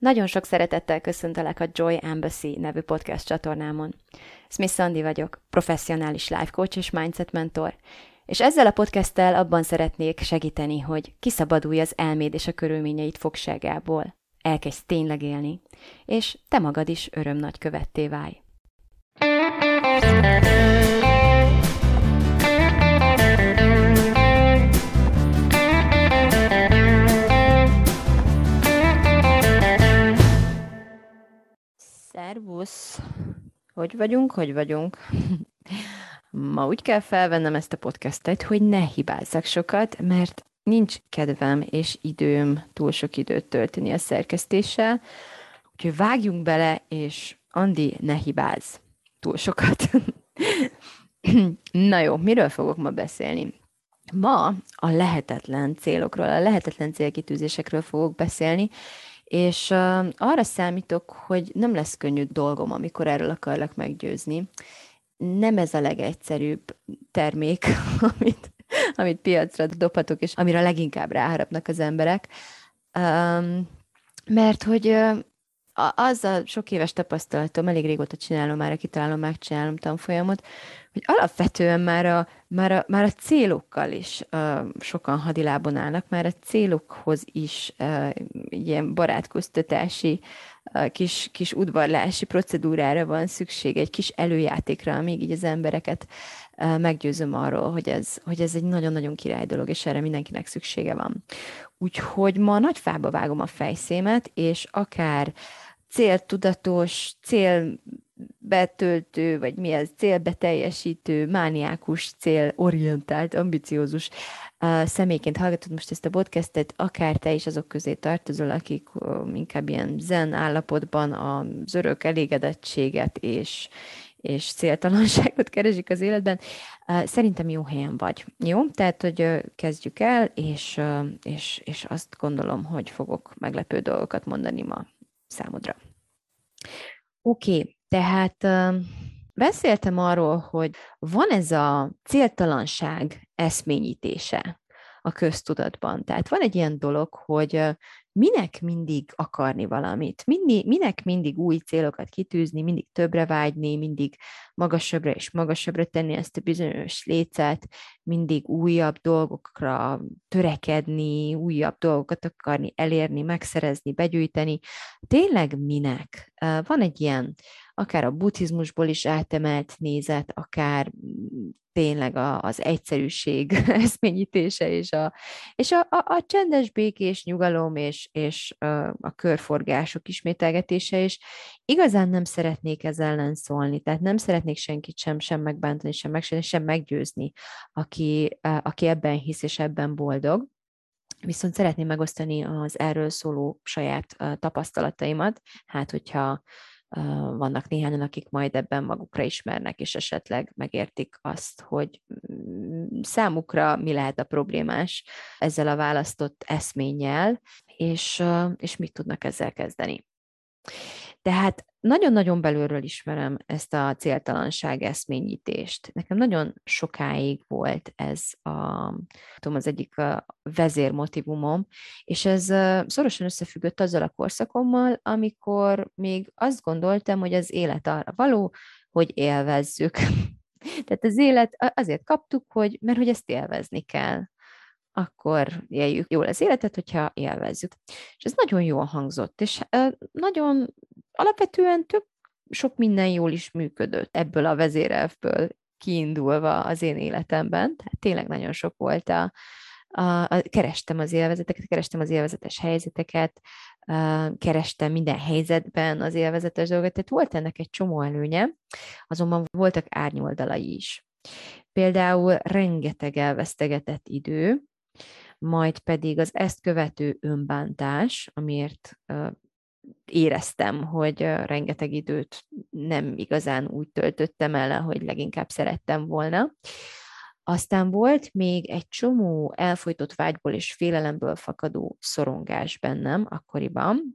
Nagyon sok szeretettel köszöntelek a Joy Embassy nevű podcast csatornámon. Smith Szandi vagyok, professzionális life coach és mindset mentor, és ezzel a podcasttel abban szeretnék segíteni, hogy kiszabadulj az elméd és a körülményeid fogságából, elkezdj tényleg élni, és te magad is örömnagykövetté válj. Szervusz! Hogy vagyunk? Ma úgy kell felvennem ezt a podcastet, hogy ne hibázzak sokat, mert nincs kedvem és időm túl sok időt tölteni a szerkesztéssel, úgyhogy vágjunk bele, és Andi, ne hibázz túl sokat. Na jó, miről fogok ma beszélni? Ma a lehetetlen célokról, a lehetetlen célkitűzésekről fogok beszélni, és arra számítok, hogy nem lesz könnyű dolgom, amikor erről akarlak meggyőzni. Nem ez a legegyszerűbb termék, amit piacra dobhatok, és amire leginkább ráharapnak az emberek. Mert hogy az a sok éves tapasztalatom, elég régóta csinálom már, kitalálom, megcsinálom tanfolyamot, hogy alapvetően már a célokkal is sokan hadilábon állnak, már a célokhoz is ilyen barátkoztatási, kis udvarlási procedúrára van szükség, egy kis előjátékra, amíg így az embereket meggyőzöm arról, hogy ez egy nagyon-nagyon király dolog, és erre mindenkinek szüksége van. Úgyhogy ma nagy fába vágom a fejszémet, és akár céltudatos, célbetöltő, vagy mi ez, célbeteljesítő, mániákus, célorientált, ambiciózus személyként hallgatod most ezt a podcastet, akár te is azok közé tartozol, akik inkább ilyen zen állapotban az örök elégedettséget és céltalanságot keresik az életben, szerintem jó helyen vagy. Jó? Tehát, hogy kezdjük el, és azt gondolom, hogy fogok meglepő dolgokat mondani ma számodra. Oké, tehát beszéltem arról, hogy van ez a céltalanság eszményítése a köztudatban. Tehát van egy ilyen dolog, hogy minek mindig akarni valamit, minek mindig új célokat kitűzni, mindig többre vágyni, mindig magasabbra és magasabbra tenni ezt a bizonyos lécet, mindig újabb dolgokra törekedni, újabb dolgokat akarni elérni, megszerezni, begyűjteni. Tényleg minek? Van egy ilyen, akár a buddhizmusból is átemelt nézet, akár tényleg az egyszerűség eszményítése, és a csendes, békés nyugalom, és a körforgások ismételgetése, és igazán nem szeretnék ezzel ellen szólni, tehát nem szeretnék senkit sem megbántani, sem meggyőzni, aki ebben hisz, és ebben boldog. Viszont szeretném megosztani az erről szóló saját tapasztalataimat, hát hogyha vannak néhányan, akik majd ebben magukra ismernek, és esetleg megértik azt, hogy számukra mi lehet a problémás ezzel a választott eszménnyel, és mit tudnak ezzel kezdeni. Tehát nagyon-nagyon belülről ismerem ezt a céltalanság eszményítést. Nekem nagyon sokáig volt ez az egyik vezérmotívumom, és ez szorosan összefüggött azzal a korszakommal, amikor még azt gondoltam, hogy az élet arra való, hogy élvezzük. Tehát az élet azért kaptuk, mert hogy ezt élvezni kell. Akkor éljük jól az életet, hogyha élvezzük. És ez nagyon jól hangzott, és nagyon alapvetően tök sok minden jól is működött ebből a vezérelvből kiindulva az én életemben. Tehát tényleg nagyon sok volt kerestem az élvezeteket, kerestem az élvezetes helyzeteket, kerestem minden helyzetben az élvezetes dolgokat, tehát volt ennek egy csomó előnye, azonban voltak árnyoldalai is. Például rengeteg elvesztegetett idő, majd pedig az ezt követő önbántás, amiért éreztem, hogy rengeteg időt nem igazán úgy töltöttem el, ahogy leginkább szerettem volna. Aztán volt még egy csomó elfojtott vágyból és félelemből fakadó szorongás bennem akkoriban,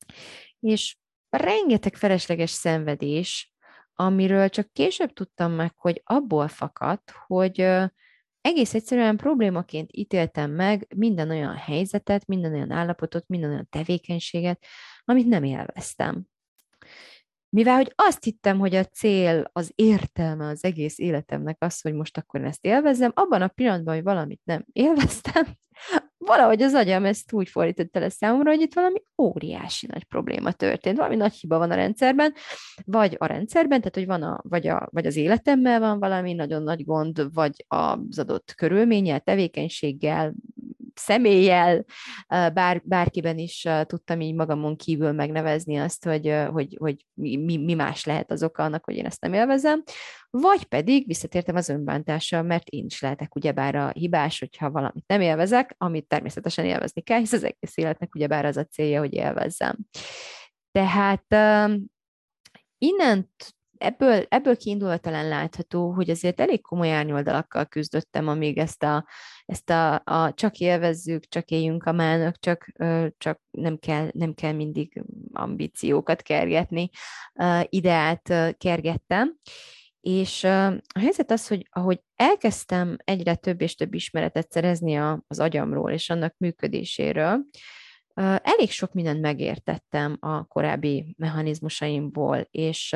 és rengeteg felesleges szenvedés, amiről csak később tudtam meg, hogy abból fakadt, hogy egész egyszerűen problémaként ítéltem meg minden olyan helyzetet, minden olyan állapotot, minden olyan tevékenységet, amit nem élveztem. Mivel, hogy azt hittem, hogy a cél, az értelme az egész életemnek az, hogy most akkor ezt élvezzem, abban a pillanatban, hogy valamit nem élveztem, valahogy az agyam ezt úgy fordította le számomra, hogy itt valami óriási nagy probléma történt, valami nagy hiba van a rendszerben, vagy a rendszerben, tehát hogy van vagy az életemmel van valami nagyon nagy gond, vagy az adott körülménnyel, tevékenységgel, személlyel, bárkiben is tudtam így magamon kívül megnevezni azt, hogy mi más lehet az oka annak, hogy én ezt nem élvezem, vagy pedig visszatértem az önbántással, mert én is lehetek ugyebár a hibás, hogyha valamit nem élvezek, amit természetesen élvezni kell, hisz az egész életnek ugyebár az a célja, hogy élvezzem. Tehát innen ebből kiindulva talán látható, hogy azért elég komoly árnyoldalakkal küzdöttem, amíg ezt a csak élvezzük, csak éljünk a mának, csak nem kell mindig ambíciókat kergetni, ideát kergettem. És a helyzet az, hogy ahogy elkezdtem egyre több és több ismeretet szerezni az agyamról és annak működéséről, elég sok mindent megértettem a korábbi mechanizmusaimból,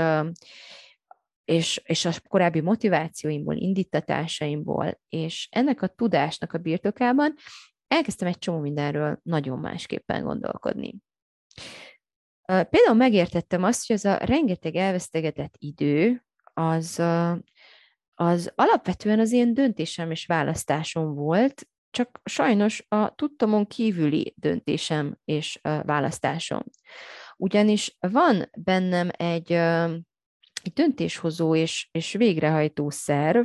és a korábbi motivációimból, indítatásaimból, és ennek a tudásnak a birtokában elkezdtem egy csomó mindenről nagyon másképpen gondolkodni. Például megértettem azt, hogy ez a rengeteg elvesztegetett idő, az alapvetően az én döntésem és választásom volt, csak sajnos a tudtomon kívüli döntésem és választásom. Ugyanis van bennem egy döntéshozó és végrehajtó szerv,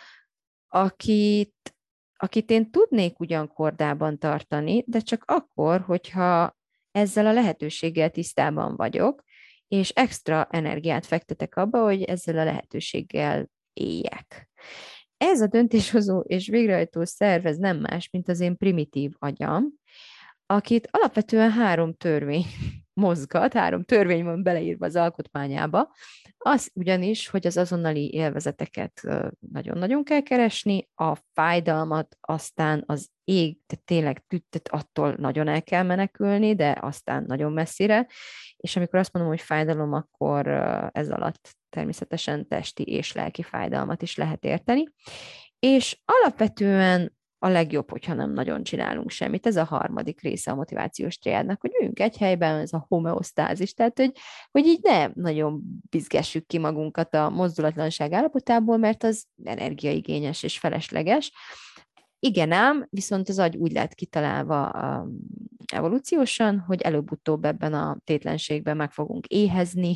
akit én tudnék ugyan kordában tartani, de csak akkor, hogyha ezzel a lehetőséggel tisztában vagyok, és extra energiát fektetek abba, hogy ezzel a lehetőséggel éljek. Ez a döntéshozó és végrehajtó szerv, ez nem más, mint az én primitív agyam, akit alapvetően 3 törvény mozgat, 3 törvény van beleírva az alkotmányába, az ugyanis, hogy az azonnali élvezeteket nagyon-nagyon kell keresni, a fájdalmat aztán az tehát tényleg attól nagyon el kell menekülni, de aztán nagyon messzire, és amikor azt mondom, hogy fájdalom, akkor ez alatt természetesen testi és lelki fájdalmat is lehet érteni, és alapvetően a legjobb, hogyha nem nagyon csinálunk semmit. Ez a harmadik része a motivációs triádnak, hogy üljünk egy helyben, ez a homeosztázis, tehát hogy így ne nagyon bizgessük ki magunkat a mozdulatlanság állapotából, mert az energiaigényes és felesleges. Igen ám, viszont az agy úgy lett kitalálva evolúciósan, hogy előbb-utóbb ebben a tétlenségben meg fogunk éhezni,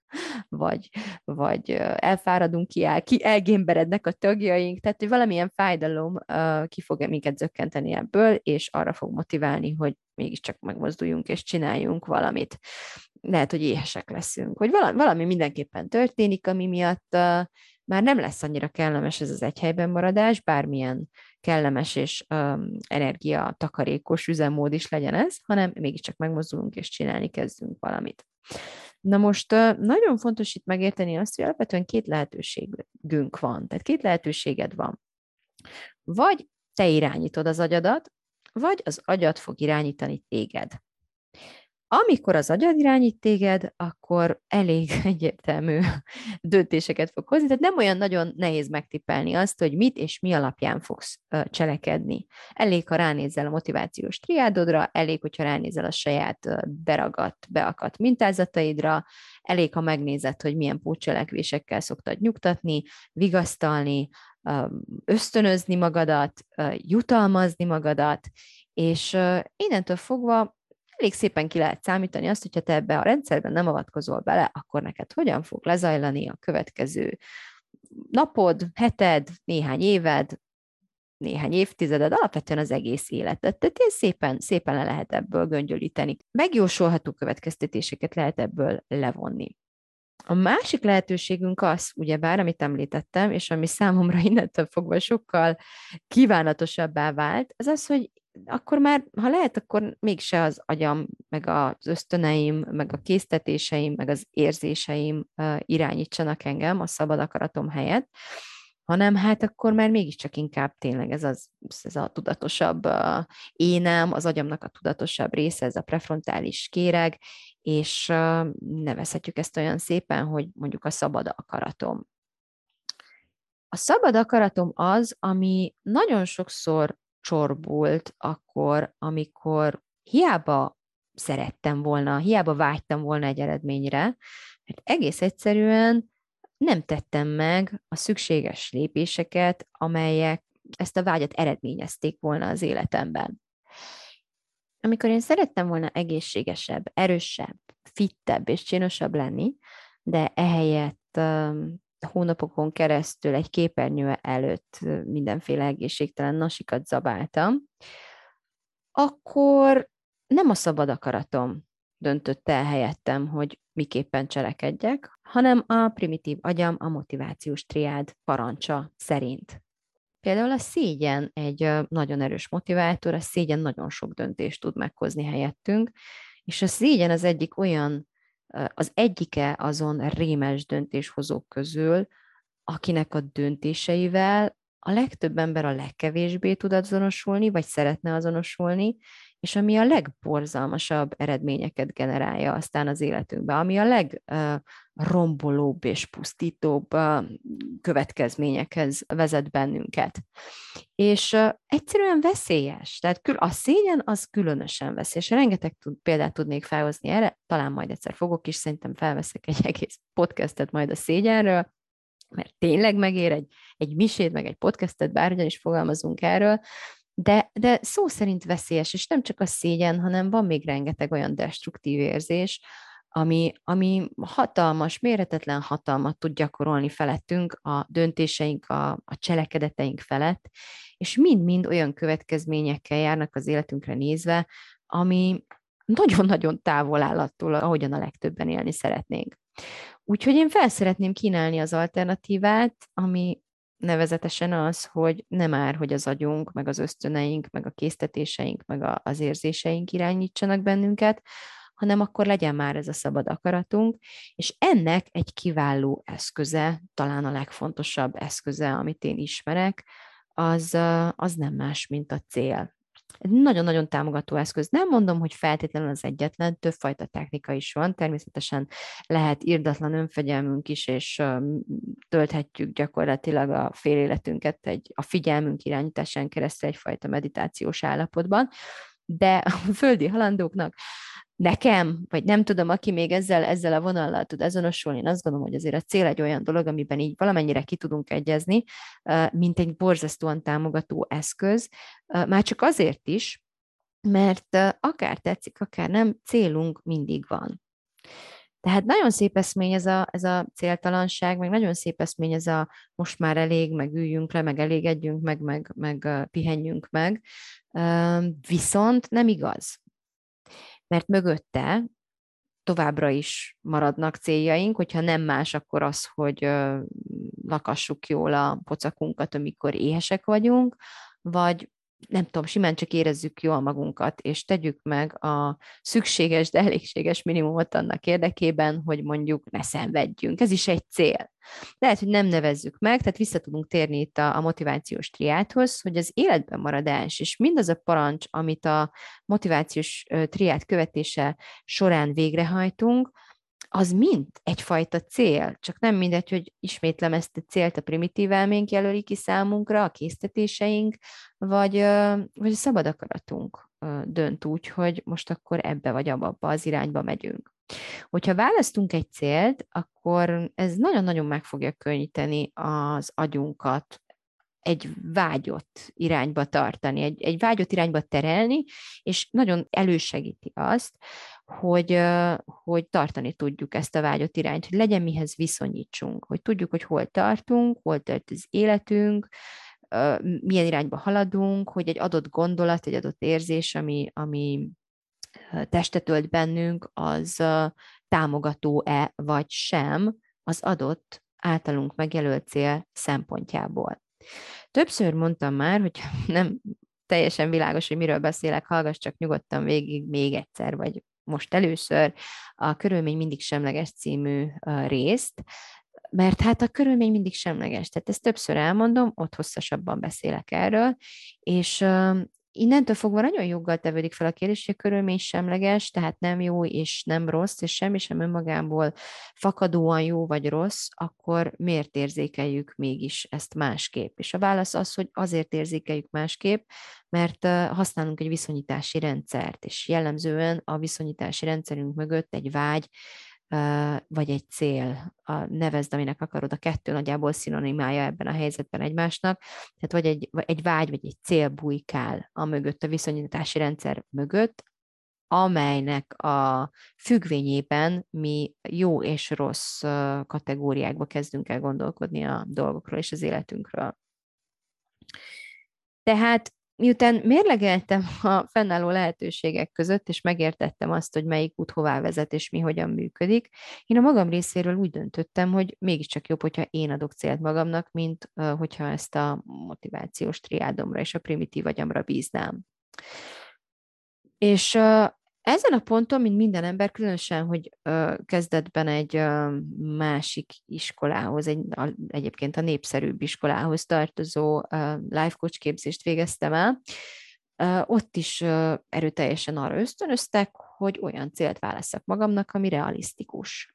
vagy elfáradunk, elgémberednek a tagjaink, tehát hogy valamilyen fájdalom ki fog minket zökkenteni ebből, és arra fog motiválni, hogy mégiscsak megmozduljunk és csináljunk valamit. Lehet, hogy éhesek leszünk, hogy valami mindenképpen történik, ami miatt már nem lesz annyira kellemes ez az egy helyben maradás, bármilyen kellemes és energia takarékos üzemmód is legyen ez, hanem mégiscsak megmozdulunk és csinálni kezdünk valamit. Na most nagyon fontos itt megérteni azt, hogy alapvetően 2 lehetőségünk van, tehát 2 lehetőséged van. Vagy te irányítod az agyadat, vagy az agyad fog irányítani téged. Amikor az agyad irányít téged, akkor elég egyértelmű döntéseket fog hozni, tehát nem olyan nagyon nehéz megtippelni azt, hogy mit és mi alapján fogsz cselekedni. Elég, ha ránézel a motivációs triádodra, elég, hogyha ránézel a saját beakadt mintázataidra, elég, ha megnézed, hogy milyen pótcselekvésekkel szoktad nyugtatni, vigasztalni, ösztönözni magadat, jutalmazni magadat, és innentől fogva elég szépen ki lehet számítani azt, hogyha te ebbe a rendszerben nem avatkozol bele, akkor neked hogyan fog lezajlani a következő napod, heted, néhány éved, néhány évtizeded, alapvetően az egész életed. Tehát szépen le lehet ebből göngyölíteni. Megjósolható következtetéseket lehet ebből levonni. A másik lehetőségünk az, ugyebár, amit említettem, és ami számomra innentől fogva sokkal kívánatosabbá vált, az az, hogy akkor már, ha lehet, akkor mégse az agyam, meg az ösztöneim, meg a késztetéseim, meg az érzéseim irányítsanak engem a szabad akaratom helyett, hanem hát akkor már mégiscsak inkább tényleg ez a tudatosabb énem, az agyamnak a tudatosabb része, ez a prefrontális kéreg, és nevezhetjük ezt olyan szépen, hogy mondjuk a szabad akaratom. A szabad akaratom az, ami nagyon sokszor csorbult akkor, amikor hiába szerettem volna, hiába vágytam volna egy eredményre, mert egész egyszerűen nem tettem meg a szükséges lépéseket, amelyek ezt a vágyat eredményezték volna az életemben. Amikor én szerettem volna egészségesebb, erősebb, fittebb és csinosabb lenni, de ehelyett hónapokon keresztül egy képernyő előtt mindenféle egészségtelen nasikat zabáltam, akkor nem a szabad akaratom döntötte el helyettem, hogy miképpen cselekedjek, hanem a primitív agyam a motivációs triád parancsa szerint. Például a szégyen egy nagyon erős motivátor, a szégyen nagyon sok döntést tud meghozni helyettünk, és a szégyen az egyike azon rémes döntéshozók közül, akinek a döntéseivel a legtöbb ember a legkevésbé tud azonosulni, vagy szeretne azonosulni, és ami a legborzalmasabb eredményeket generálja aztán az életünkbe, ami a legrombolóbb és pusztítóbb következményekhez vezet bennünket. És egyszerűen veszélyes. Tehát a szégyen az különösen veszélyes. Rengeteg példát tudnék felhozni erre, talán majd egyszer fogok is, szerintem felveszek egy egész podcastet majd a szégyenről, mert tényleg megér egy misét, meg egy podcastet, bárhogyan is fogalmazunk erről, de szó szerint veszélyes, és nem csak a szégyen, hanem van még rengeteg olyan destruktív érzés, ami hatalmas, méretetlen hatalmat tud gyakorolni felettünk, a döntéseink, a cselekedeteink felett, és mind-mind olyan következményekkel járnak az életünkre nézve, ami nagyon-nagyon távol áll attól, ahogyan a legtöbben élni szeretnénk. Úgyhogy én fel szeretném kínálni az alternatívát, ami nevezetesen az, hogy nem ár, hogy az agyunk, meg az ösztöneink, meg a késztetéseink, meg az érzéseink irányítsanak bennünket, hanem akkor legyen már ez a szabad akaratunk, és ennek egy kiváló eszköze, talán a legfontosabb eszköze, amit én ismerek, az nem más, mint a cél. Egy nagyon-nagyon támogató eszköz. Nem mondom, hogy feltétlenül az egyetlen, többfajta technika is van. Természetesen lehet irdatlan önfegyelmünk is, és tölthetjük gyakorlatilag a fél életünket a figyelmünk irányításán keresztül egyfajta meditációs állapotban. De a földi halandóknak nekem, vagy nem tudom, aki még ezzel a vonallal tud azonosulni, én azt gondolom, hogy azért a cél egy olyan dolog, amiben így valamennyire ki tudunk egyezni, mint egy borzasztóan támogató eszköz, már csak azért is, mert akár tetszik, akár nem, célunk mindig van. Tehát nagyon szép eszmény ez a céltalanság, meg nagyon szép eszmény ez a most már elég, meg üljünk le, meg elégedjünk, meg pihenjünk meg. Viszont nem igaz. Mert mögötte továbbra is maradnak céljaink, hogyha nem más, akkor az, hogy lakassuk jól a pocakunkat, amikor éhesek vagyunk, vagy nem tudom, simán csak érezzük jól magunkat, és tegyük meg a szükséges, de elégséges minimumot annak érdekében, hogy mondjuk ne szenvedjünk. Ez is egy cél. Lehet, hogy nem nevezzük meg, tehát vissza tudunk térni itt a motivációs triádhoz, hogy az életben maradás, és mindaz a parancs, amit a motivációs triád követése során végrehajtunk, az mind egyfajta cél, csak nem mindegy, hogy ismétlem ezt a célt a primitív elménk jelöli ki számunkra, a késztetéseink, vagy a szabad akaratunk dönt úgy, hogy most akkor ebbe vagy abba az irányba megyünk. Hogyha választunk egy célt, akkor ez nagyon-nagyon meg fogja könnyíteni az agyunkat egy vágyott irányba tartani, egy vágyott irányba terelni, és nagyon elősegíti azt, hogy tartani tudjuk ezt a vágyott irányt, hogy legyen mihez viszonyítsunk, hogy tudjuk, hogy hol tartunk, hol tart az életünk, milyen irányba haladunk, hogy egy adott gondolat, egy adott érzés, ami testet ölt bennünk, az támogató-e vagy sem az adott általunk megjelölt cél szempontjából. Többször mondtam már, hogy nem teljesen világos, hogy miről beszélek, hallgass csak nyugodtan végig még egyszer, vagy most először a Körülmény mindig semleges című részt, mert hát a körülmény mindig semleges. Tehát ezt többször elmondom, ott hosszasabban beszélek erről, és innentől fogva nagyon joggal tevődik fel a kérdés, hogy a körülmény semleges, tehát nem jó és nem rossz, és semmi sem önmagából fakadóan jó vagy rossz, akkor miért érzékeljük mégis ezt másképp? És a válasz az, hogy azért érzékeljük másképp, mert használunk egy viszonyítási rendszert, és jellemzően a viszonyítási rendszerünk mögött egy vágy, vagy egy cél, nevezd, aminek akarod, a kettő nagyjából szinonimája ebben a helyzetben egymásnak, tehát vagy egy vágy, vagy egy cél bujkál a mögött, a viszonyítási rendszer mögött, amelynek a függvényében mi jó és rossz kategóriákba kezdünk el gondolkodni a dolgokról és az életünkről. Tehát miután mérlegeltem a fennálló lehetőségek között, és megértettem azt, hogy melyik út hová vezet, és mi hogyan működik, én a magam részéről úgy döntöttem, hogy mégiscsak jobb, hogyha én adok célt magamnak, mint hogyha ezt a motivációs triádomra és a primitív agyamra bíznám. És ezen a ponton, mint minden ember, különösen, hogy kezdetben egy másik iskolához, egyébként a népszerűbb iskolához tartozó life coach képzést végeztem el, ott is erőteljesen arra ösztönöztek, hogy olyan célt válasszak magamnak, ami realisztikus,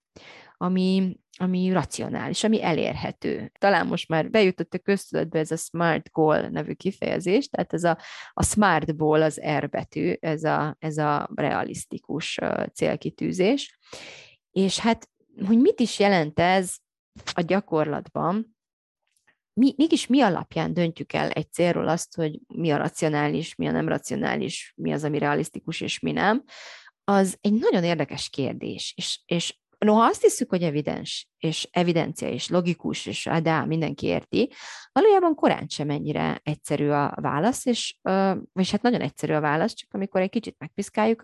ami racionális, ami elérhető. Talán most már bejutott a köztudatba ez a SMART goal nevű kifejezés, tehát a SMART-ból az R betű, ez a realisztikus célkitűzés. És hát, hogy mit is jelent ez a gyakorlatban, mégis mi alapján döntjük el egy célról azt, hogy mi a racionális, mi a nem racionális, mi az, ami realisztikus, és mi nem, az egy nagyon érdekes kérdés. És noha azt hiszük, hogy evidens, és evidencia, és logikus, és de mindenki érti, valójában korán sem ennyire egyszerű a válasz, és hát nagyon egyszerű a válasz, csak amikor egy kicsit megpiszkáljuk,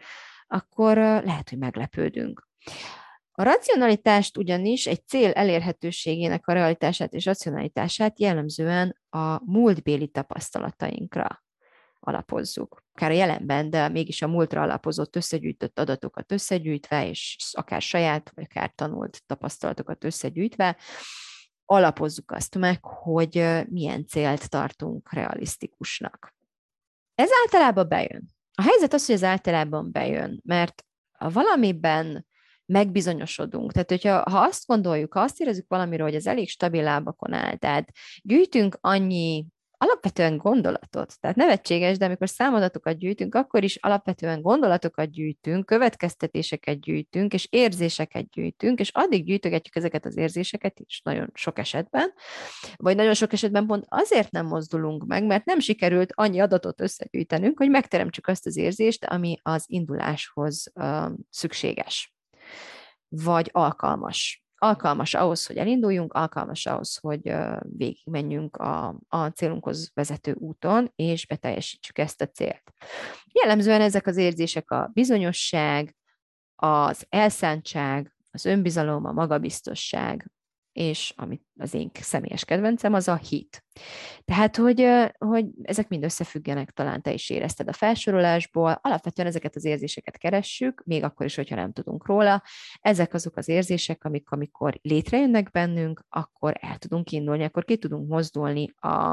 akkor lehet, hogy meglepődünk. A racionalitást ugyanis egy cél elérhetőségének a realitását és racionalitását jellemzően a múltbéli tapasztalatainkra alapozzuk. Akár a jelenben, de mégis a múltra alapozott, összegyűjtött adatokat összegyűjtve, és akár saját, vagy akár tanult tapasztalatokat összegyűjtve, alapozzuk azt meg, hogy milyen célt tartunk realisztikusnak. Ez általában bejön. A helyzet az, hogy ez általában bejön, mert valamiben megbizonyosodunk. Tehát, ha azt gondoljuk, ha azt érezzük valamiről, hogy ez elég stabil lábakon áll, tehát gyűjtünk annyi alapvetően gondolatot, tehát nevetséges, de amikor számadatokat gyűjtünk, akkor is alapvetően gondolatokat gyűjtünk, következtetéseket gyűjtünk, és érzéseket gyűjtünk, és addig gyűjtögetjük ezeket az érzéseket is nagyon sok esetben, vagy nagyon sok esetben pont azért nem mozdulunk meg, mert nem sikerült annyi adatot összegyűjtenünk, hogy megteremtsük azt az érzést, ami az induláshoz szükséges, vagy alkalmas. Alkalmas ahhoz, hogy elinduljunk, alkalmas ahhoz, hogy végigmenjünk a célunkhoz vezető úton, és beteljesítsük ezt a célt. Jellemzően ezek az érzések a bizonyosság, az elszántság, az önbizalom, a magabiztosság, és amit az én személyes kedvencem, az a hit. Tehát, hogy ezek mind összefüggenek, talán te is érezted a felsorolásból, alapvetően ezeket az érzéseket keressük, még akkor is, hogyha nem tudunk róla. Ezek azok az érzések, amikor létrejönnek bennünk, akkor el tudunk indulni, akkor ki tudunk mozdulni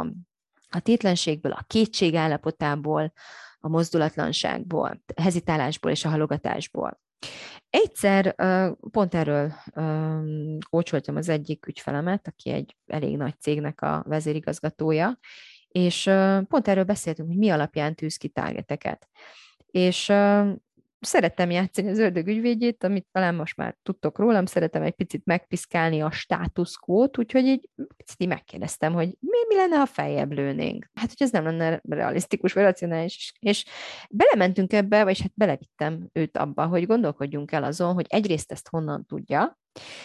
a tétlenségből, a kétség állapotából, a mozdulatlanságból, a hezitálásból és a halogatásból. Egyszer pont erről kócsoltam az egyik ügyfelemet, aki egy elég nagy cégnek a vezérigazgatója, és pont erről beszéltünk, hogy mi alapján tűz ki targeteket. És szerettem játszani az ördög ügyvédjét, amit talán most már tudtok rólam, szeretem egy picit megpiszkálni a státuszkót, úgyhogy így picit megkérdeztem, hogy mi lenne, ha feljebb lőnénk. Hát, hogy ez nem lenne realisztikus, vagy racionális. És belementünk ebbe, vagy hát belevittem őt abba, hogy gondolkodjunk el azon, hogy egyrészt ezt honnan tudja,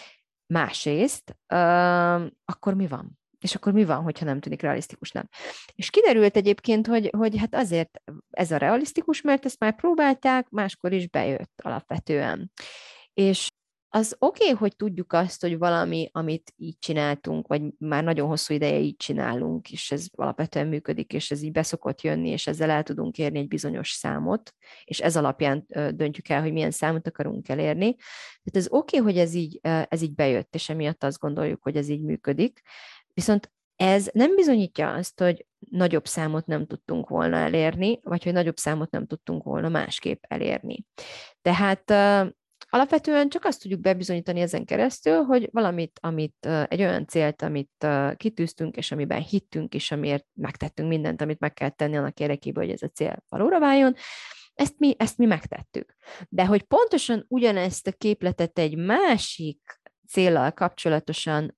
másrészt, akkor mi van? És akkor mi van, hogyha nem tűnik realisztikusnak? És kiderült egyébként, hogy hát azért ez a realisztikus, mert ezt már próbálták, máskor is bejött alapvetően. És az oké, hogy tudjuk azt, hogy valami, amit így csináltunk, vagy már nagyon hosszú ideje így csinálunk, és ez alapvetően működik, és ez így beszokott jönni, és ezzel el tudunk érni egy bizonyos számot, és ez alapján döntjük el, hogy milyen számot akarunk elérni. Tehát ez oké, hogy ez így bejött, és emiatt azt gondoljuk, hogy ez így működik. Viszont ez nem bizonyítja azt, hogy nagyobb számot nem tudtunk volna elérni, vagy hogy nagyobb számot nem tudtunk volna másképp elérni. Tehát alapvetően csak azt tudjuk bebizonyítani ezen keresztül, hogy amit egy olyan célt, amit kitűztünk, és amiben hittünk, és amiért megtettünk mindent, amit meg kell tenni annak érdekében, hogy ez a cél valóra váljon, ezt mi megtettük. De hogy pontosan ugyanezt a képletet egy másik céllal kapcsolatosan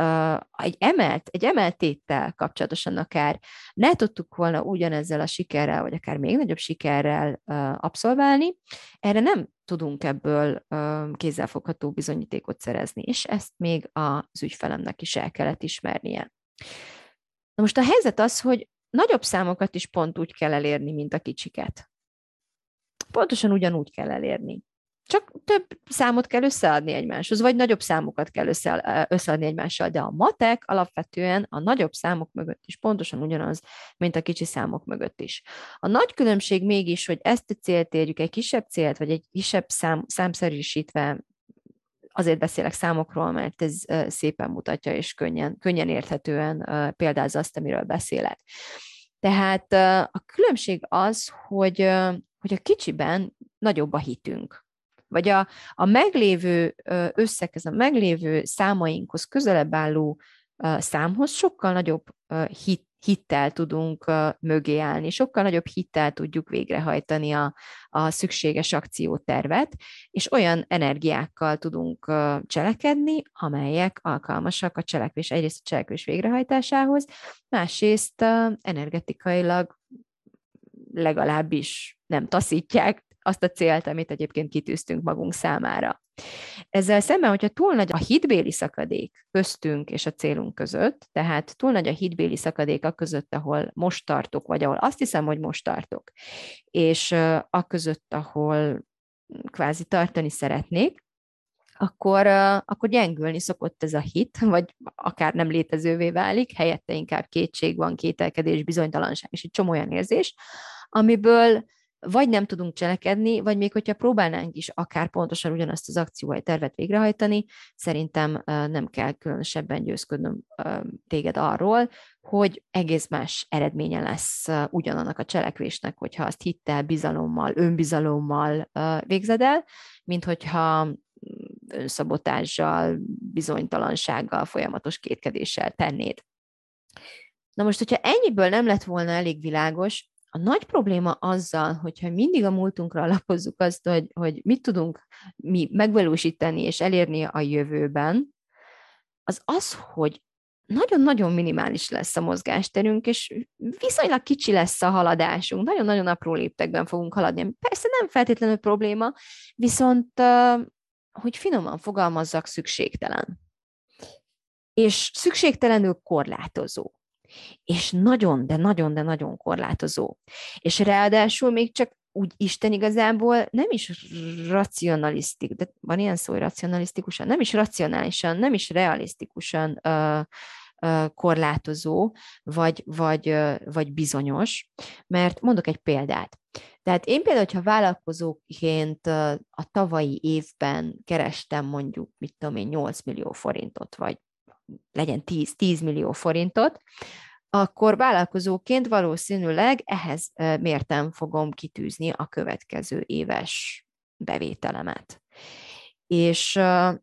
egy emelt téttel kapcsolatosan akár ne tudtuk volna ugyanezzel a sikerrel, vagy akár még nagyobb sikerrel abszolválni, erre nem tudunk ebből kézzelfogható bizonyítékot szerezni, és ezt még az ügyfelemnek is el kellett ismernie. Na most a helyzet az, hogy nagyobb számokat is pont úgy kell elérni, mint a kicsiket. Pontosan ugyanúgy kell elérni. Csak több számot kell összeadni egymáshoz, vagy nagyobb számokat kell összeadni egymással, de a matek alapvetően a nagyobb számok mögött is pontosan ugyanaz, mint a kicsi számok mögött is. A nagy különbség mégis, hogy ezt a célt érjük, egy kisebb célt, vagy egy kisebb számszerűsítve, azért beszélek számokról, mert ez szépen mutatja, és könnyen érthetően példázza azt, amiről beszélek. Tehát a különbség az, hogy a kicsiben nagyobb a hitünk. Vagy a meglévő összeghez, a meglévő számainkhoz közelebb álló számhoz sokkal nagyobb hittel tudunk mögé állni, sokkal nagyobb hittel tudjuk végrehajtani a szükséges akciótervet, és olyan energiákkal tudunk cselekedni, amelyek alkalmasak a cselekvés, egyrészt a cselekvés végrehajtásához, másrészt energetikailag legalábbis nem taszítják azt a célt, amit egyébként kitűztünk magunk számára. Ezzel szemben, hogyha túl nagy a hitbéli szakadék köztünk és a célunk között, tehát túl nagy a hitbéli szakadék a között, ahol most tartok, vagy ahol azt hiszem, hogy most tartok, és a között, ahol kvázi tartani szeretnék, akkor gyengülni szokott ez a hit, vagy akár nem létezővé válik, helyette inkább kétség van, kételkedés, bizonytalanság, és egy csomó olyan érzés, amiből vagy nem tudunk cselekedni, vagy még hogyha próbálnánk is akár pontosan ugyanazt az akciótervet végrehajtani, szerintem nem kell különösebben győzködnöm téged arról, hogy egész más eredménye lesz ugyanannak a cselekvésnek, hogyha azt hittel, bizalommal, önbizalommal végzed el, mint hogyha önszabotással, bizonytalansággal, folyamatos kétkedéssel tennéd. Na most, hogyha ennyiből nem lett volna elég világos, a nagy probléma azzal, hogyha mindig a múltunkra alapozzuk azt, hogy mit tudunk mi megvalósítani és elérni a jövőben, az, hogy nagyon-nagyon minimális lesz a mozgásterünk, és viszonylag kicsi lesz a haladásunk, nagyon-nagyon apró léptekben fogunk haladni. Persze nem feltétlenül probléma, viszont, hogy finoman fogalmazzak, szükségtelen. És szükségtelenül korlátozó. És nagyon, de nagyon, de nagyon korlátozó. És ráadásul még csak úgy Isten igazából nem is racionalisztik, de van ilyen szó, hogy racionalisztikusan, nem is racionálisan, nem is realisztikusan korlátozó, vagy bizonyos, mert mondok egy példát. Tehát én például, hogyha vállalkozóként a tavalyi évben kerestem mondjuk, mit tudom én, 8 millió forintot, vagy legyen 10 millió forintot, akkor vállalkozóként valószínűleg ehhez mérten fogom kitűzni a következő éves bevételemet. És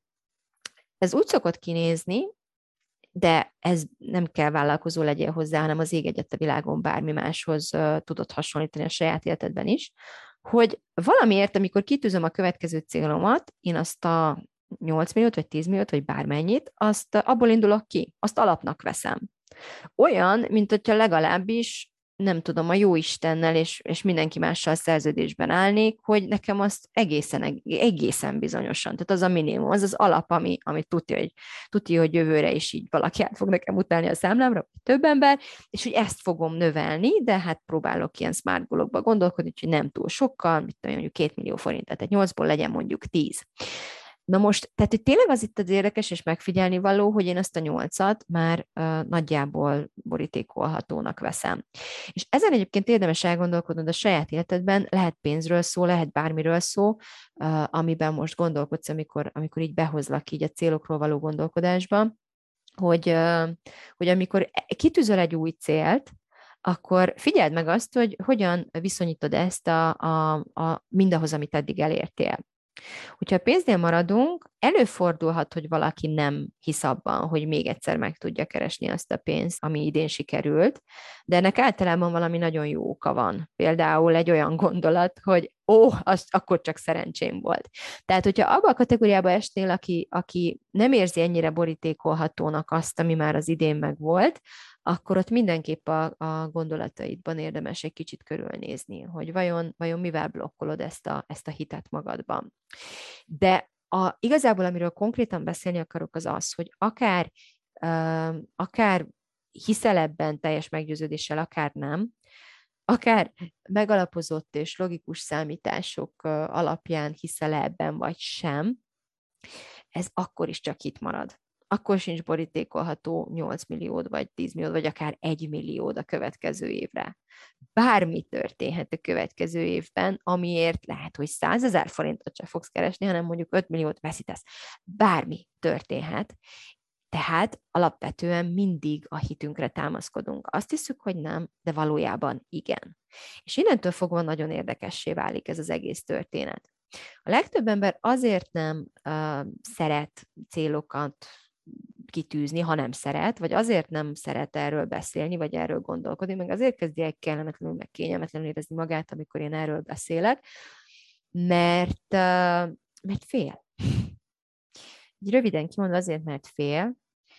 ez úgy szokott kinézni, de ez nem kell vállalkozó legyél hozzá, hanem az ég egyet a világon bármi máshoz tudod hasonlítani a saját életedben is, hogy valamiért, amikor kitűzöm a következő célomat, én azt a 8 milliót, vagy 10 milliót, vagy bármennyit, azt abból indulok ki, azt alapnak veszem. Olyan, mint hogyha legalábbis, nem tudom, a Jóistennel és mindenki mással szerződésben állnék, hogy nekem azt egészen bizonyosan, tehát az a minimum, az az alap, ami tudja, hogy jövőre is így valaki át fog nekem utalni a számlámra, vagy több ember, és hogy ezt fogom növelni, de hát próbálok ilyen smart goalokba gondolkodni, hogy nem túl sokkal, mit tudom, mondjuk 2 millió forint, tehát 8-ból legyen mondjuk 10. Na most, tehát hogy tényleg az itt az érdekes és megfigyelni való, hogy én azt a 8-at már nagyjából borítékolhatónak veszem. És ezen egyébként érdemes elgondolkodnod a saját életedben, lehet pénzről szó, lehet bármiről szó, amiben most gondolkodsz, amikor így behozlak így a célokról való gondolkodásba, hogy, hogy amikor kitűzöl egy új célt, akkor figyeld meg azt, hogy hogyan viszonyítod ezt mindahhoz, amit eddig elértél. Hogyha a pénznél maradunk, előfordulhat, hogy valaki nem hisz abban, hogy még egyszer meg tudja keresni azt a pénzt, ami idén sikerült, de ennek általában valami nagyon jó oka van. Például egy olyan gondolat, hogy az akkor csak szerencsém volt. Tehát, hogyha abba a kategóriába esnél, aki nem érzi ennyire borítékolhatónak azt, ami már az idén meg volt, akkor ott mindenképp a gondolataidban érdemes egy kicsit körülnézni, hogy vajon mivel blokkolod ezt a hitet magadban. De igazából, amiről konkrétan beszélni akarok, az az, hogy akár hiszel ebben teljes meggyőződéssel, akár nem, akár megalapozott és logikus számítások alapján hiszel ebben, vagy sem, ez akkor is csak hit marad. Akkor sincs borítékolható 8 milliód, vagy 10 milliód, vagy akár 1 milliód a következő évre. Bármi történhet a következő évben, amiért lehet, hogy 100 000 forintot sem fogsz keresni, hanem mondjuk 5 milliót veszítesz. Bármi történhet. Tehát alapvetően mindig a hitünkre támaszkodunk. Azt hiszük, hogy nem, de valójában igen. És innentől fogva nagyon érdekessé válik ez az egész történet. A legtöbb ember azért nem szeret célokat kitűzni, ha nem szeret, vagy azért nem szeret erről beszélni, vagy erről gondolkodni, meg azért kezdi el kellemetlenül, meg kényelmetlenül érezni magát, amikor én erről beszélek, mert fél. Így röviden kimondva azért, mert fél,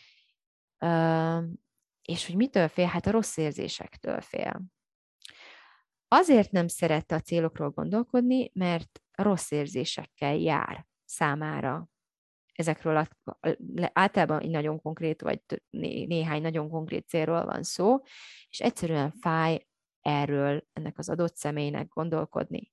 és hogy mitől fél? Hát a rossz érzésektől fél. Azért nem szerette a célokról gondolkodni, mert rossz érzésekkel jár számára. Ezekről általában egy nagyon konkrét, vagy néhány nagyon konkrét célról van szó, és egyszerűen fáj ennek az adott személynek gondolkodni.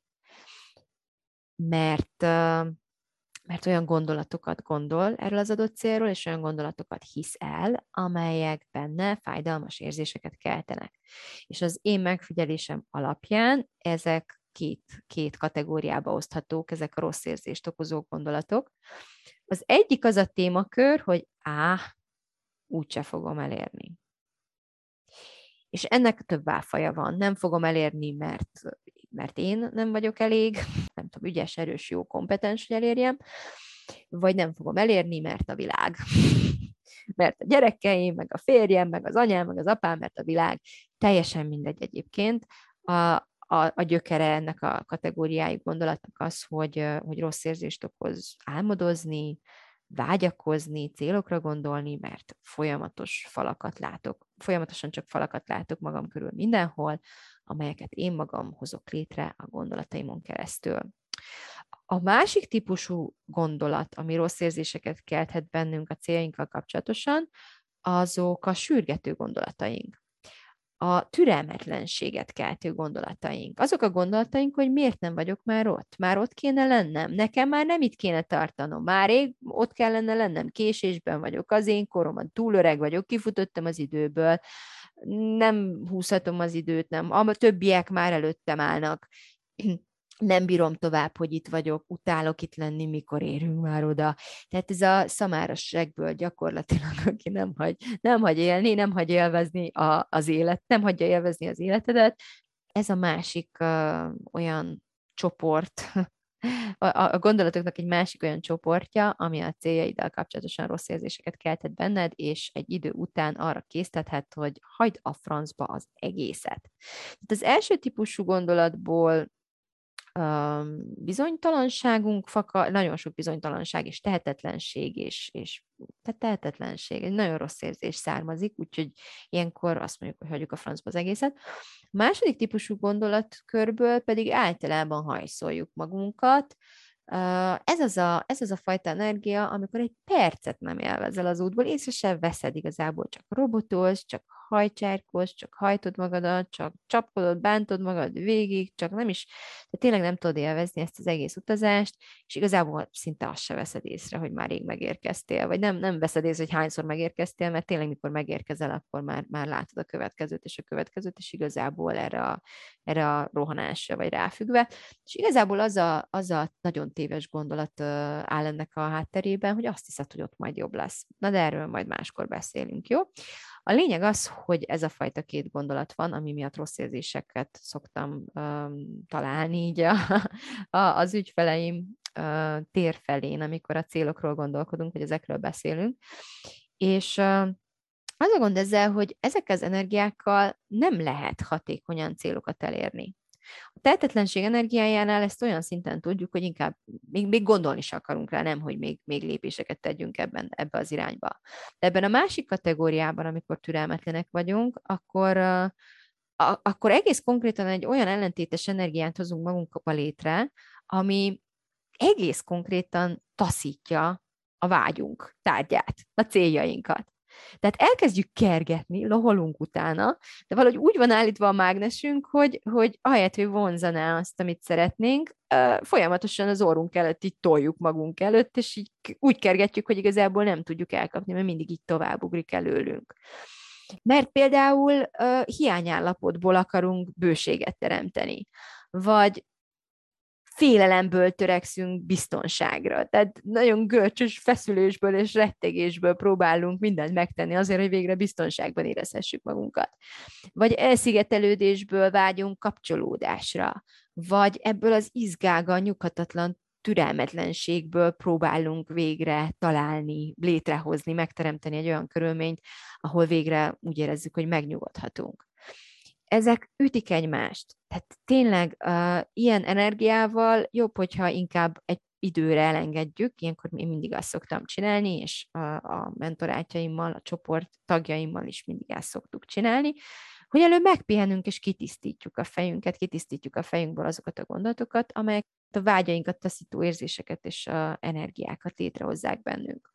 Mert olyan gondolatokat gondol erről az adott célról, és olyan gondolatokat hisz el, amelyek benne fájdalmas érzéseket keltenek. És az én megfigyelésem alapján ezek két kategóriába oszthatók, ezek a rossz érzést okozó gondolatok. Az egyik az a témakör, hogy úgyse fogom elérni. És ennek több válfaja van. Nem fogom elérni, mert én nem vagyok elég, nem tudom, ügyes, erős, jó, kompetens, hogy elérjem, vagy nem fogom elérni, mert a világ. Mert a gyerekeim, meg a férjem, meg az anyám, meg az apám, mert a világ. Teljesen mindegy egyébként. A gyökere ennek a kategóriájú gondolatnak az, hogy rossz érzést okoz álmodozni, vágyakozni, célokra gondolni, mert folyamatosan csak falakat látok magam körül mindenhol, amelyeket én magam hozok létre a gondolataimon keresztül. A másik típusú gondolat, ami rossz érzéseket kelthet bennünk a céljainkkal kapcsolatosan, azok a sürgető gondolataink. A türelmetlenséget keltő gondolataink. Azok a gondolataink, hogy miért nem vagyok már ott? Már ott kéne lennem? Nekem már nem itt kéne tartanom. Már rég ott kellene lennem. Késésben vagyok. Az én koromban túl öreg vagyok, kifutottam az időből. Nem húzhatom az időt, nem. A többiek már előttem állnak. Nem bírom tovább, hogy itt vagyok, utálok itt lenni, mikor érünk már oda. Tehát ez a szamárasságből gyakorlatilag, aki nem hagy élni, nem hagy élvezni az élet, nem hagyja élvezni az életedet. Ez a másik olyan csoport, a gondolatoknak egy másik olyan csoportja, ami a céljaiddal kapcsolatosan rossz érzéseket keltett benned, és egy idő után arra késztethet, hogy hagyd a francba az egészet. Tehát az első típusú gondolatból bizonytalanságunk fakad, nagyon sok bizonytalanság és tehetetlenség, tehát tehetetlenség, egy nagyon rossz érzés származik, úgyhogy ilyenkor azt mondjuk, hogy hagyjuk a francba az egészet. A második típusú gondolatkörből pedig általában hajszoljuk magunkat. Ez az a fajta energia, amikor egy percet nem élvezel az útból, észre sem veszed igazából, csak robotolsz, csak hajcsárkolsz, csak hajtod magadat, csak csapkodod, bántod magad végig, csak nem is, de tényleg nem tudod élvezni ezt az egész utazást, és igazából szinte azt se veszed észre, hogy már rég megérkeztél, vagy nem veszed észre, hogy hányszor megérkeztél, mert tényleg mikor megérkezel, akkor már látod a következőt, és igazából erre a rohanásra vagy ráfüggve. És igazából az a nagyon téves gondolat áll ennek a hátterében, hogy azt hiszed, hogy ott majd jobb lesz. Na de erről majd máskor beszélünk, jó? A lényeg az, hogy ez a fajta két gondolat van, ami miatt rossz érzéseket szoktam találni így az ügyfeleim tér felén, amikor a célokról gondolkodunk, vagy ezekről beszélünk. És az a gond ezzel, hogy ezek az energiákkal nem lehet hatékonyan célokat elérni. A tehetetlenség energiájánál ezt olyan szinten tudjuk, hogy inkább még gondolni sem akarunk rá, nem, hogy még lépéseket tegyünk ebbe az irányba. De ebben a másik kategóriában, amikor türelmetlenek vagyunk, akkor egész konkrétan egy olyan ellentétes energiát hozunk magunkba létre, ami egész konkrétan taszítja a vágyunk tárgyát, a céljainkat. Tehát elkezdjük kergetni, loholunk utána, de valahogy úgy van állítva a mágnesünk, hogy ahelyett, hogy vonzaná azt, amit szeretnénk, folyamatosan az orrunk előtt így toljuk magunk előtt, és így úgy kergetjük, hogy igazából nem tudjuk elkapni, mert mindig így továbbugrik előlünk. Mert például hiányállapotból akarunk bőséget teremteni, vagy félelemből törekszünk biztonságra. Tehát nagyon görcsös feszülésből és rettegésből próbálunk mindent megtenni azért, hogy végre biztonságban érezhessük magunkat. Vagy elszigetelődésből vágyunk kapcsolódásra, vagy ebből az izgága, nyughatatlan türelmetlenségből próbálunk végre találni, létrehozni, megteremteni egy olyan körülményt, ahol végre úgy érezzük, hogy megnyugodhatunk. Ezek ütik egymást. Tehát tényleg ilyen energiával jobb, hogyha inkább egy időre elengedjük, ilyenkor én mindig azt szoktam csinálni, és a mentorátjaimmal, a csoport tagjaimmal is mindig ezt szoktuk csinálni, hogy előbb megpihenünk és kitisztítjuk a fejünket, kitisztítjuk a fejünkből azokat a gondolatokat, amelyek a vágyainkat, taszító érzéseket és energiákat létrehozzák bennünk.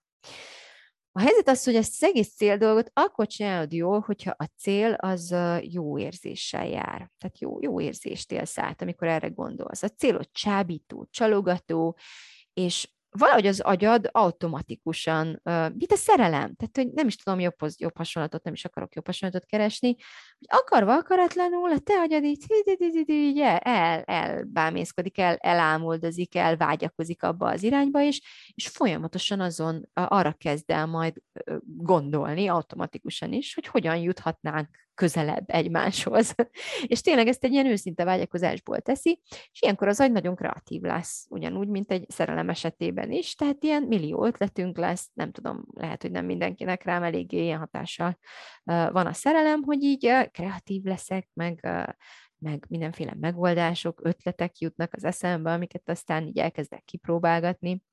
A helyzet az, hogy ezt az egész céldolgot akkor csinálod jól, hogyha a cél az jó érzéssel jár. Tehát jó érzést élsz át, amikor erre gondolsz. A célod csábító, csalogató, és valahogy az agyad automatikusan, mint a szerelem, tehát hogy nem is tudom jobb hasonlatot, nem is akarok jobb hasonlatot keresni, hogy akarva akaratlanul a te agyad így elbámészkodik, elámuldozik, elvágyakozik abba az irányba, és folyamatosan arra kezd el majd gondolni automatikusan is, hogy hogyan juthatnánk közelebb egymáshoz. És tényleg ezt egy ilyen őszinte vágyakozásból teszi, és ilyenkor az agy nagyon kreatív lesz, ugyanúgy, mint egy szerelem esetében is, tehát ilyen millió ötletünk lesz, nem tudom, lehet, hogy nem mindenkinek rám eléggé ilyen hatással van a szerelem, hogy így kreatív leszek, meg mindenféle megoldások, ötletek jutnak az eszembe, amiket aztán így elkezdek kipróbálgatni.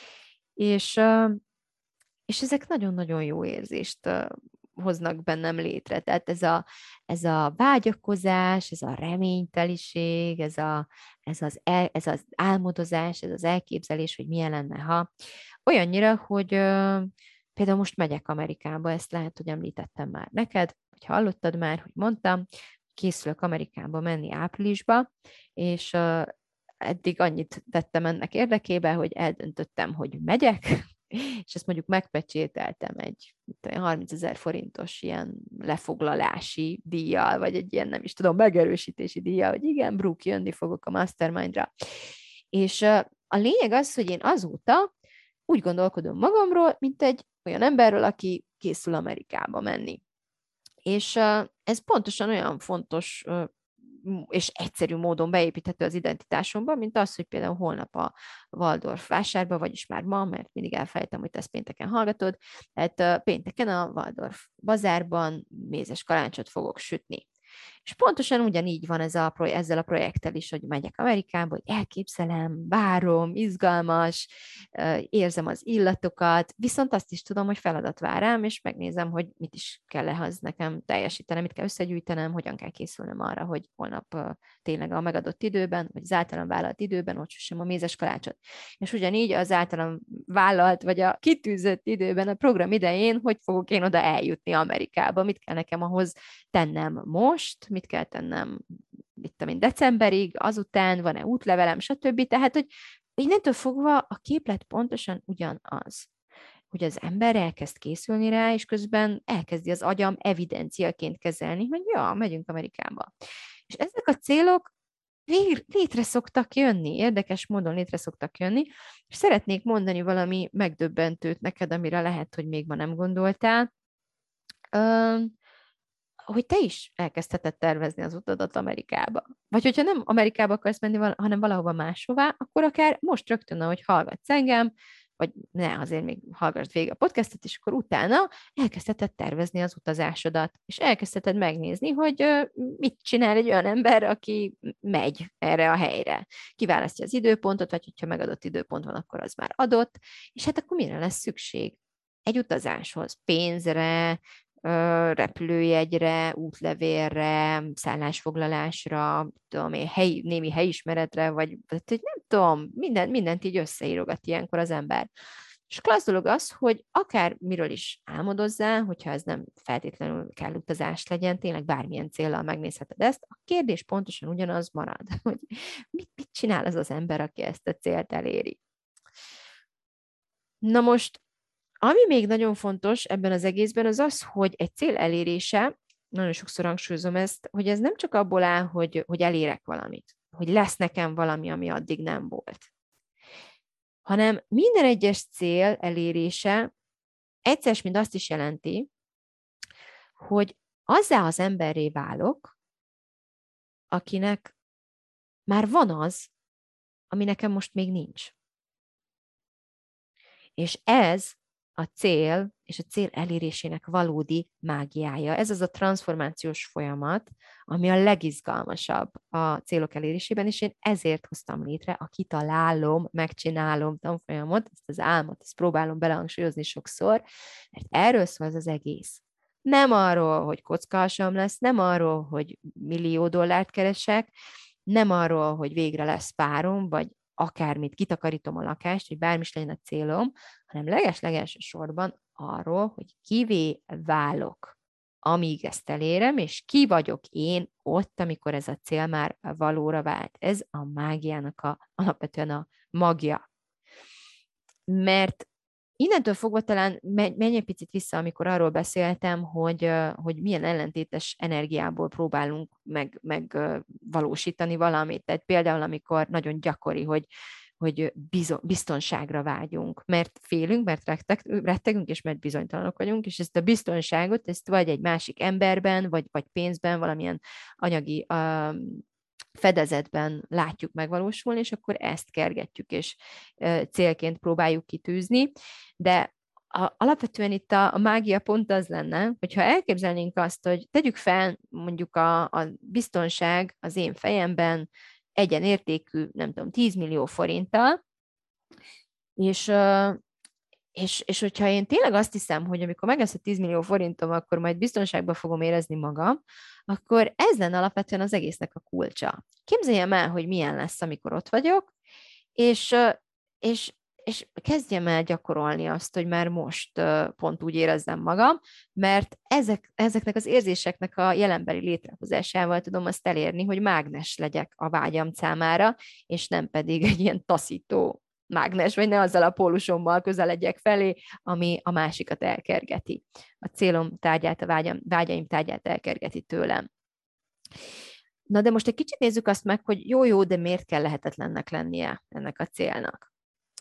És ezek nagyon-nagyon jó érzést hoznak bennem létre. Tehát ez a vágyakozás, ez a reményteliség, ez az álmodozás, ez az elképzelés, hogy milyen lenne, ha. Olyannyira, hogy például most megyek Amerikába, ezt lehet, hogy említettem már neked, vagy hallottad már, hogy mondtam, készülök Amerikába menni áprilisba, és eddig annyit tettem ennek érdekében, hogy eldöntöttem, hogy megyek, és ezt mondjuk megpecsételtem egy 30 000 forintos ilyen lefoglalási díjjal, vagy egy ilyen, nem is tudom, megerősítési díjjal, hogy igen, Brooke, jönni fogok a Mastermindra. És a lényeg az, hogy én azóta úgy gondolkodom magamról, mint egy olyan emberről, aki készül Amerikába menni. És ez pontosan olyan fontos és egyszerű módon beépíthető az identitásomba, mint az, hogy például holnap a Waldorf vásárba, vagyis már ma, mert mindig elfelejtem, hogy te ezt pénteken hallgatod, tehát pénteken a Waldorf bazárban mézes kalácsot fogok sütni. És pontosan ugyanígy van ezzel a projekttel is, hogy megyek Amerikába, hogy elképzelem, várom, izgalmas, érzem az illatokat, viszont azt is tudom, hogy feladat vár rám, és megnézem, hogy mit is kell ehhez nekem teljesítenem, mit kell összegyűjtenem, hogyan kell készülnem arra, hogy holnap tényleg a megadott időben, vagy az általam vállalt időben ott süssem a mézes kalácsot. És ugyanígy az általam vállalt, vagy a kitűzött időben, a program idején, hogy fogok én oda eljutni Amerikába, mit kell nekem ahhoz tennem most, mit kell tennem, mit tudom én, decemberig, azután van-e útlevelem, stb. Tehát, hogy innentől fogva a képlet pontosan ugyanaz, hogy az ember elkezd készülni rá, és közben elkezdi az agyam evidenciaként kezelni, hogy ja, megyünk Amerikába. És ezek a célok létre szoktak jönni, érdekes módon létre szoktak jönni, és szeretnék mondani valami megdöbbentőt neked, amire lehet, hogy még ma nem gondoltál, hogy te is elkezdheted tervezni az utadat Amerikába. Vagy hogyha nem Amerikába akarsz menni, hanem valahova máshová, akkor akár most rögtön, ahogy hallgatsz engem, vagy ne, azért még hallgassd végig a podcastot, és akkor utána elkezdheted tervezni az utazásodat, és elkezdheted megnézni, hogy mit csinál egy olyan ember, aki megy erre a helyre. Kiválasztja az időpontot, vagy hogyha megadott időpont van, akkor az már adott, és hát akkor mire lesz szükség? Egy utazáshoz, pénzre, repülőjegyre, útlevélre, szállásfoglalásra, tudom én, némi helyismeretre, vagy nem tudom, mindent így összeírogat ilyenkor az ember. És klassz dolog az, hogy akár miről is álmodozzál, hogyha ez nem feltétlenül kell utazás legyen, tényleg bármilyen céllal megnézheted ezt, a kérdés pontosan ugyanaz marad, hogy mit csinál az az ember, aki ezt a célt eléri. Na most, ami még nagyon fontos ebben az egészben, az az, hogy egy cél elérése, nagyon sokszor hangsúlyozom ezt, hogy ez nem csak abból áll, hogy elérek valamit, hogy lesz nekem valami, ami addig nem volt, hanem minden egyes cél elérése egyszer mind azt is jelenti, hogy azzá az emberré válok, akinek már van az, ami nekem most még nincs. És ez a cél és a cél elérésének valódi mágiája. Ez az a transformációs folyamat, ami a legizgalmasabb a célok elérésében, és én ezért hoztam létre a kitalálom, megcsinálom tanfolyamot, ezt az álmot, ezt próbálom belehangsúlyozni sokszor, mert erről szól az egész. Nem arról, hogy kockahasam lesz, nem arról, hogy millió dollárt keresek, nem arról, hogy végre lesz párom, vagy akármit, kitakarítom a lakást, vagy bármi is legyen a célom, hanem leges-legelső sorban arról, hogy kivé válok, amíg ezt elérem, és ki vagyok én ott, amikor ez a cél már valóra vált. Ez a mágiának alapvetően a magja. Mert innentől fogva talán menj egy picit vissza, amikor arról beszéltem, hogy milyen ellentétes energiából próbálunk megvalósítani valamit. Tehát például, amikor nagyon gyakori, hogy biztonságra vágyunk, mert félünk, mert rettegünk, és mert bizonytalanok vagyunk, és ezt a biztonságot, ezt vagy egy másik emberben, vagy pénzben, valamilyen anyagi fedezetben látjuk megvalósulni, és akkor ezt kergetjük, és célként próbáljuk kitűzni, de alapvetően itt a mágia pont az lenne, hogyha elképzelnénk azt, hogy tegyük fel mondjuk a biztonság az én fejemben egyenértékű, nem tudom, 10 millió forinttal, és hogyha én tényleg azt hiszem, hogy amikor meg lesz a 10 millió forintom, akkor majd biztonságban fogom érezni magam, akkor ez lenne alapvetően az egésznek a kulcsa. Képzeljem el, hogy milyen lesz, amikor ott vagyok, és, és, és kezdjem el gyakorolni azt, hogy már most pont úgy érezzem magam, mert ezeknek az érzéseknek a jelenbeli létrehozásával tudom azt elérni, hogy mágnes legyek a vágyam számára, és nem pedig egy ilyen taszító mágnes, vagy ne azzal a pólusommal közeledjek felé, ami a másikat elkergeti. A célom tárgyát, a vágyaim tárgyát elkergeti tőlem. Na de most egy kicsit nézzük azt meg, hogy jó, de miért kell lehetetlennek lennie ennek a célnak.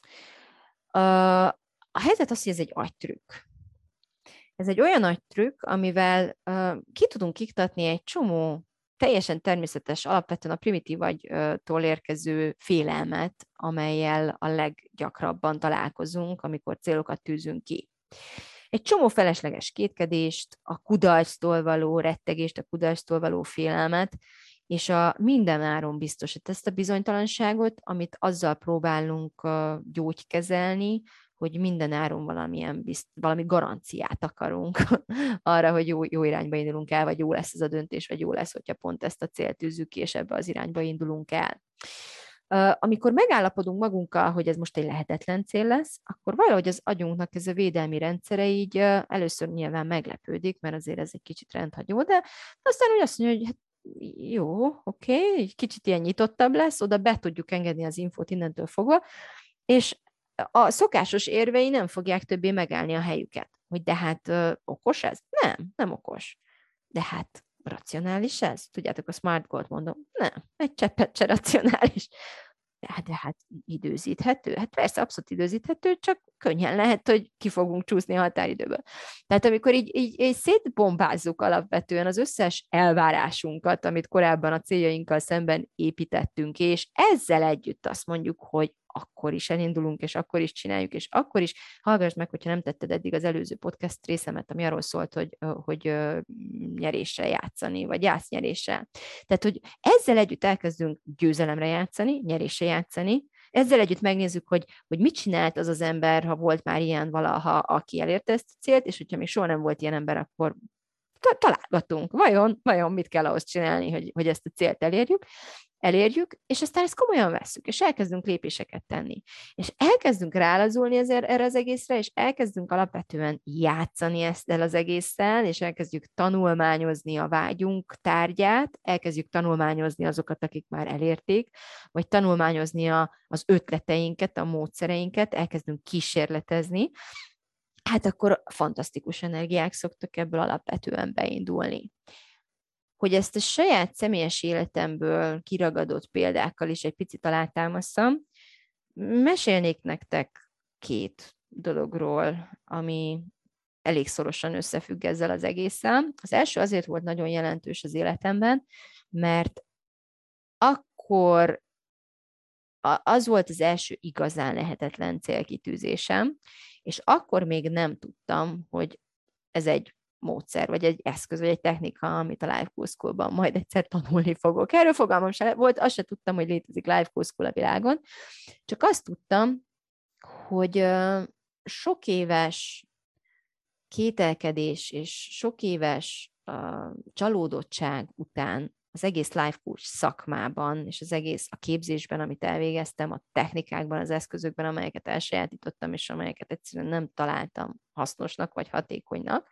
A helyzet az, hogy ez egy agytrükk. Ez egy olyan agytrükk, amivel ki tudunk iktatni egy csomó teljesen természetes, alapvetően a primitív agytól érkező félelmet, amellyel a leggyakrabban találkozunk, amikor célokat tűzünk ki. Egy csomó felesleges kétkedést, a kudarctól való rettegést, a kudarctól való félelmet, és a mindenáron biztosít ezt a bizonytalanságot, amit azzal próbálunk gyógykezelni, hogy minden áron valami garanciát akarunk arra, hogy jó irányba indulunk el, vagy jó lesz ez a döntés, vagy jó lesz, hogyha pont ezt a célt tűzzük ki, és ebbe az irányba indulunk el. Amikor megállapodunk magunkkal, hogy ez most egy lehetetlen cél lesz, akkor valahogy az agyunknak ez a védelmi rendszere így először nyilván meglepődik, mert azért ez egy kicsit rendhagyó, de aztán úgy azt mondja, hogy hát jó, oké, egy kicsit ilyen nyitottabb lesz, oda be tudjuk engedni az infót innentől fogva, és a szokásos érvei nem fogják többé megállni a helyüket. Hogy de hát okos ez? Nem okos. De hát racionális ez? Tudjátok, a smart goal mondom. Nem, egy cseppet se racionális. De hát időzíthető? Hát persze, abszolút időzíthető, csak könnyen lehet, hogy ki fogunk csúszni a határidőből. Tehát amikor így szétbombázzuk alapvetően az összes elvárásunkat, amit korábban a céljainkkal szemben építettünk, és ezzel együtt azt mondjuk, hogy akkor is elindulunk, és akkor is csináljuk, és akkor is hallgass meg, hogyha nem tetted eddig az előző podcast részemet, ami arról szólt, hogy nyeréssel játszani, vagy játsznyerésre. Tehát, hogy ezzel együtt elkezdünk győzelemre játszani, nyerésre játszani, ezzel együtt megnézzük, hogy mit csinált az az ember, ha volt már ilyen valaha, aki elérte ezt a célt, és hogyha még soha nem volt ilyen ember, akkor találgatunk. Vajon mit kell ahhoz csinálni, hogy ezt a célt elérjük, és aztán ezt komolyan vesszük, és elkezdünk lépéseket tenni. És elkezdünk rálazulni erre az egészre, és elkezdünk alapvetően játszani ezt el az egésszel, és elkezdjük tanulmányozni a vágyunk tárgyát, elkezdjük tanulmányozni azokat, akik már elérték, vagy tanulmányozni az ötleteinket, a módszereinket, elkezdünk kísérletezni, hát akkor fantasztikus energiák szoktak ebből alapvetően beindulni. Hogy ezt a saját személyes életemből kiragadott példákkal is egy picit alátámasztam, mesélnék nektek 2 dologról, ami elég szorosan összefügg ezzel az egésszel. Az első azért volt nagyon jelentős az életemben, mert akkor az volt az első igazán lehetetlen célkitűzésem, és akkor még nem tudtam, hogy ez egy módszer, vagy egy eszköz, vagy egy technika, amit a Life Coach School-ban majd egyszer tanulni fogok. Erről fogalmam sem volt, azt se tudtam, hogy létezik Life Coach School a világon, csak azt tudtam, hogy sok éves kételkedés és sok éves csalódottság után az egész life coach szakmában, és az egész a képzésben, amit elvégeztem, a technikákban, az eszközökben, amelyeket elsajátítottam, és amelyeket egyszerűen nem találtam hasznosnak vagy hatékonynak.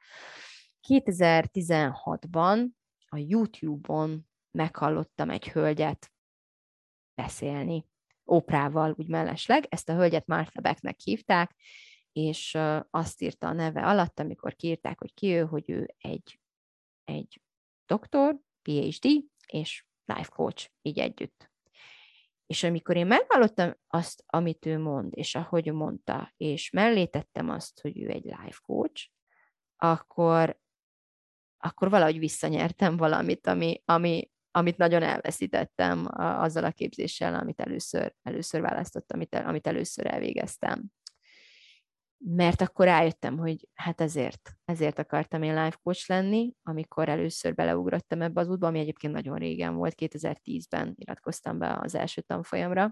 2016-ban a YouTube-on meghallottam egy hölgyet beszélni, Oprával úgy mellesleg. Ezt a hölgyet Martha Becknek hívták, és azt írta a neve alatt, amikor kiírták, hogy ki ő, hogy ő egy doktor, PhD, és life coach, így együtt. És amikor én meghallottam azt, amit ő mond, és ahogy mondta, és mellé tettem azt, hogy ő egy life coach, akkor valahogy visszanyertem valamit, amit nagyon elveszítettem azzal a képzéssel, amit először választottam, amit először elvégeztem. Mert akkor rájöttem, hogy hát ezért akartam én life coach lenni, amikor először beleugrottam ebbe az útba, ami egyébként nagyon régen volt, 2010-ben iratkoztam be az első tanfolyamra.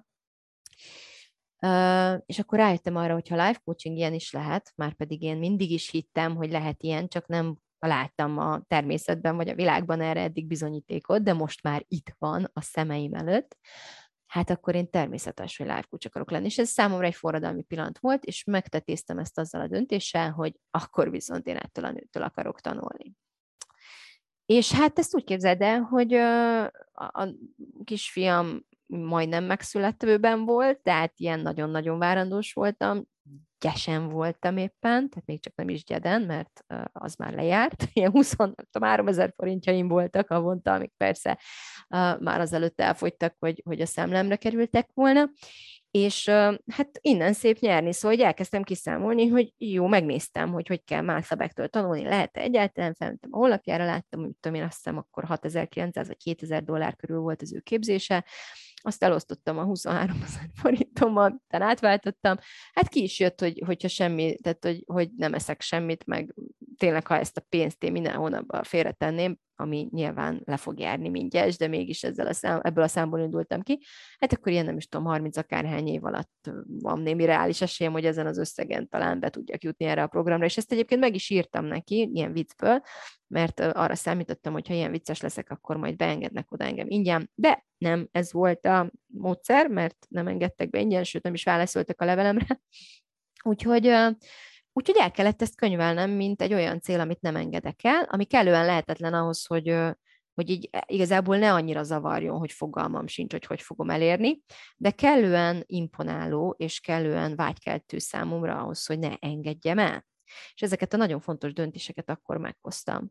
És akkor rájöttem arra, hogy ha life coaching ilyen is lehet, már pedig én mindig is hittem, hogy lehet ilyen, csak nem láttam a természetben vagy a világban erre eddig bizonyítékot, de most már itt van a szemeim előtt, hát akkor én természetes, hogy life coach akarok lenni. És ez számomra egy forradalmi pillanat volt, és megtetéztem ezt azzal a döntéssel, hogy akkor viszont én ettől a nőtől akarok tanulni. És hát ezt úgy képzeld el, hogy a kisfiam majdnem megszületőben volt, tehát ilyen nagyon-nagyon várandós voltam, gyesen voltam éppen, tehát még csak nem is gyeden, mert az már lejárt, ilyen 23 000 forintjaim voltak havonta, amik persze már azelőtt elfogytak, hogy a számlámra kerültek volna, és hát innen szép nyerni, szóval hogy elkezdtem kiszámolni, hogy jó, megnéztem, hogy kell Martha Becktől tanulni, lehet-e egyáltalán, felmentem a honlapjára, láttam, hogy tudom én, azt hiszem akkor 6900 vagy 2000 dollár körül volt az ő képzése, azt elosztottam a 23 000 forintommal, utána átváltottam, hát ki is jött, hogyha semmi, tehát hogy nem eszek semmit, meg tényleg, ha ezt a pénzt én minden hónapban félretenném, ami nyilván le fog járni mindjárt, de mégis ebből a számból indultam ki, hát akkor ilyen nem is tudom, 30 akárhány év alatt van némi reális esélyem, hogy ezen az összegen talán be tudjak jutni erre a programra, és ezt egyébként meg is írtam neki, ilyen viccből, mert arra számítottam, hogy ha ilyen vicces leszek, akkor majd beengednek oda engem ingyen, de nem ez volt a módszer, mert nem engedtek be ingyen, sőt nem is válaszoltak a levelemre, úgyhogy el kellett ezt könyvelnem, mint egy olyan cél, amit nem engedek el, ami kellően lehetetlen ahhoz, hogy így igazából ne annyira zavarjon, hogy fogalmam sincs, hogy fogom elérni, de kellően imponáló és kellően vágykeltő számomra ahhoz, hogy ne engedjem el. És ezeket a nagyon fontos döntéseket akkor meghoztam.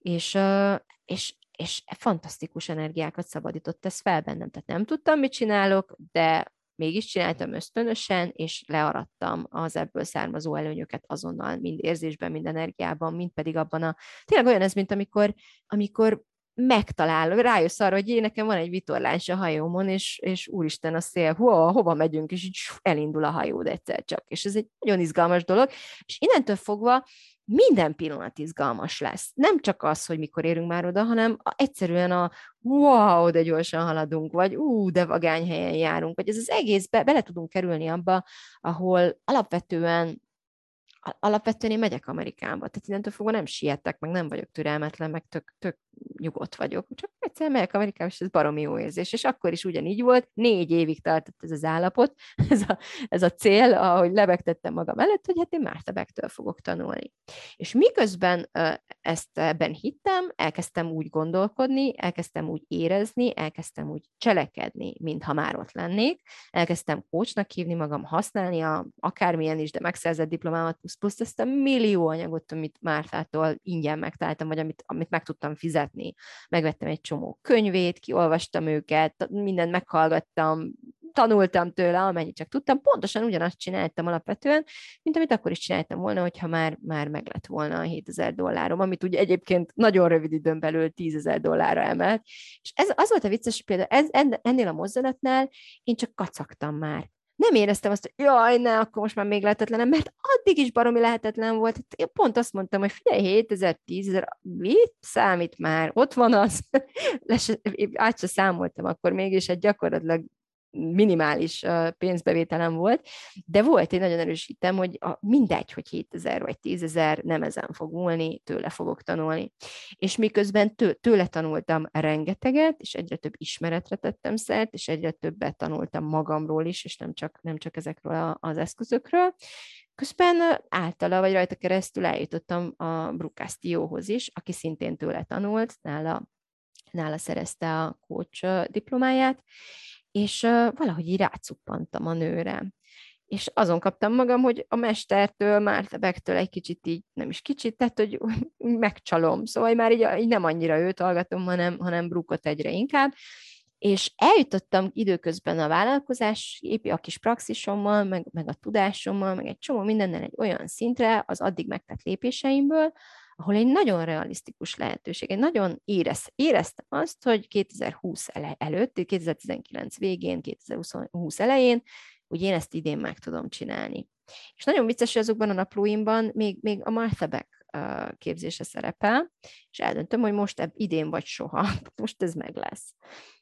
És fantasztikus energiákat szabadított ez fel bennem. Tehát nem tudtam, mit csinálok, de mégis csináltam ösztönösen, és learadtam az ebből származó előnyöket azonnal, mind érzésben, mind energiában, mind pedig abban tényleg olyan ez, mint amikor rájössz arra, hogy nekem van egy vitorlás a hajómon, és úristen a szél, hova megyünk, és így elindul a hajód egyszer csak. És ez egy nagyon izgalmas dolog, és innentől fogva minden pillanat izgalmas lesz. Nem csak az, hogy mikor érünk már oda, hanem egyszerűen wow, de gyorsan haladunk, vagy de vagány helyen járunk, vagy ez az egész bele tudunk kerülni abba, ahol alapvetően én megyek Amerikába, tehát innentől fogva nem sietek, meg nem vagyok türelmetlen, meg tök nyugodt vagyok. Csak egyszerűen megyek Amerikába, és ez baromi jó érzés. És akkor is ugyanígy volt, 4 évig tartott ez az állapot, ez a cél, ahogy lebegtettem magam előtt, hogy hát én Márta fogok tanulni. És miközben ebben hittem, elkezdtem úgy gondolkodni, elkezdtem úgy érezni, elkezdtem úgy cselekedni, mintha már ott lennék, elkezdtem coachnak hívni magam, használni akármilyen is, de megszerzett diplomámat, plusz ezt a millió anyagot, amit Mártától ingyen megtaláltam, vagy amit meg tudtam fizetni. Megvettem egy csomó könyvét, kiolvastam őket, mindent meghallgattam, tanultam tőle, amennyit csak tudtam, pontosan ugyanazt csináltam alapvetően, mint amit akkor is csináltam volna, hogyha már meg lett volna a $7,000, amit ugye egyébként nagyon rövid időn belül $10,000 emelt. És az volt a vicces, például ennél a mozdulatnál én csak kacagtam már. Nem éreztem azt, hogy jaj, ne, akkor most már még lehetetlenem, mert addig is baromi lehetetlen volt. Én pont azt mondtam, hogy figyelj, 7,000, 10,000, mit számít már? Ott van az. Át se számoltam akkor mégis, egy gyakorlatilag minimális pénzbevételem volt, de volt egy nagyon erős hitem, hogy mindegy, hogy 7,000 vagy 10,000, nem ezen fog múlni, tőle fogok tanulni. És miközben tőle tanultam rengeteget, és egyre több ismeretre tettem szert, és egyre többet tanultam magamról is, és nem csak ezekről az eszközökről, közben általa, vagy rajta keresztül eljutottam a Brooke Castillohoz is, aki szintén tőle tanult, nála szerezte a coach diplomáját, és valahogy így rácuppantam a nőre. És azon kaptam magam, hogy a mestertől, Márta Becktől egy kicsit így, nem is kicsit, tehát hogy megcsalom. Szóval már így nem annyira őt hallgatom, hanem Brooke-ot egyre inkább. És eljutottam időközben a a kis praxisommal, meg a tudásommal, meg egy csomó mindennel egy olyan szintre az addig megtett lépéseimből, ahol egy nagyon realisztikus lehetőség, egy nagyon éreztem azt, hogy 2020 előtt, 2019 végén, 2020 elején, hogy én ezt idén meg tudom csinálni. És nagyon vicces, hogy azokban a naplóimban még a Martha Beck képzése szerepel, és eldöntöm, hogy most idén vagy soha, most ez meg lesz.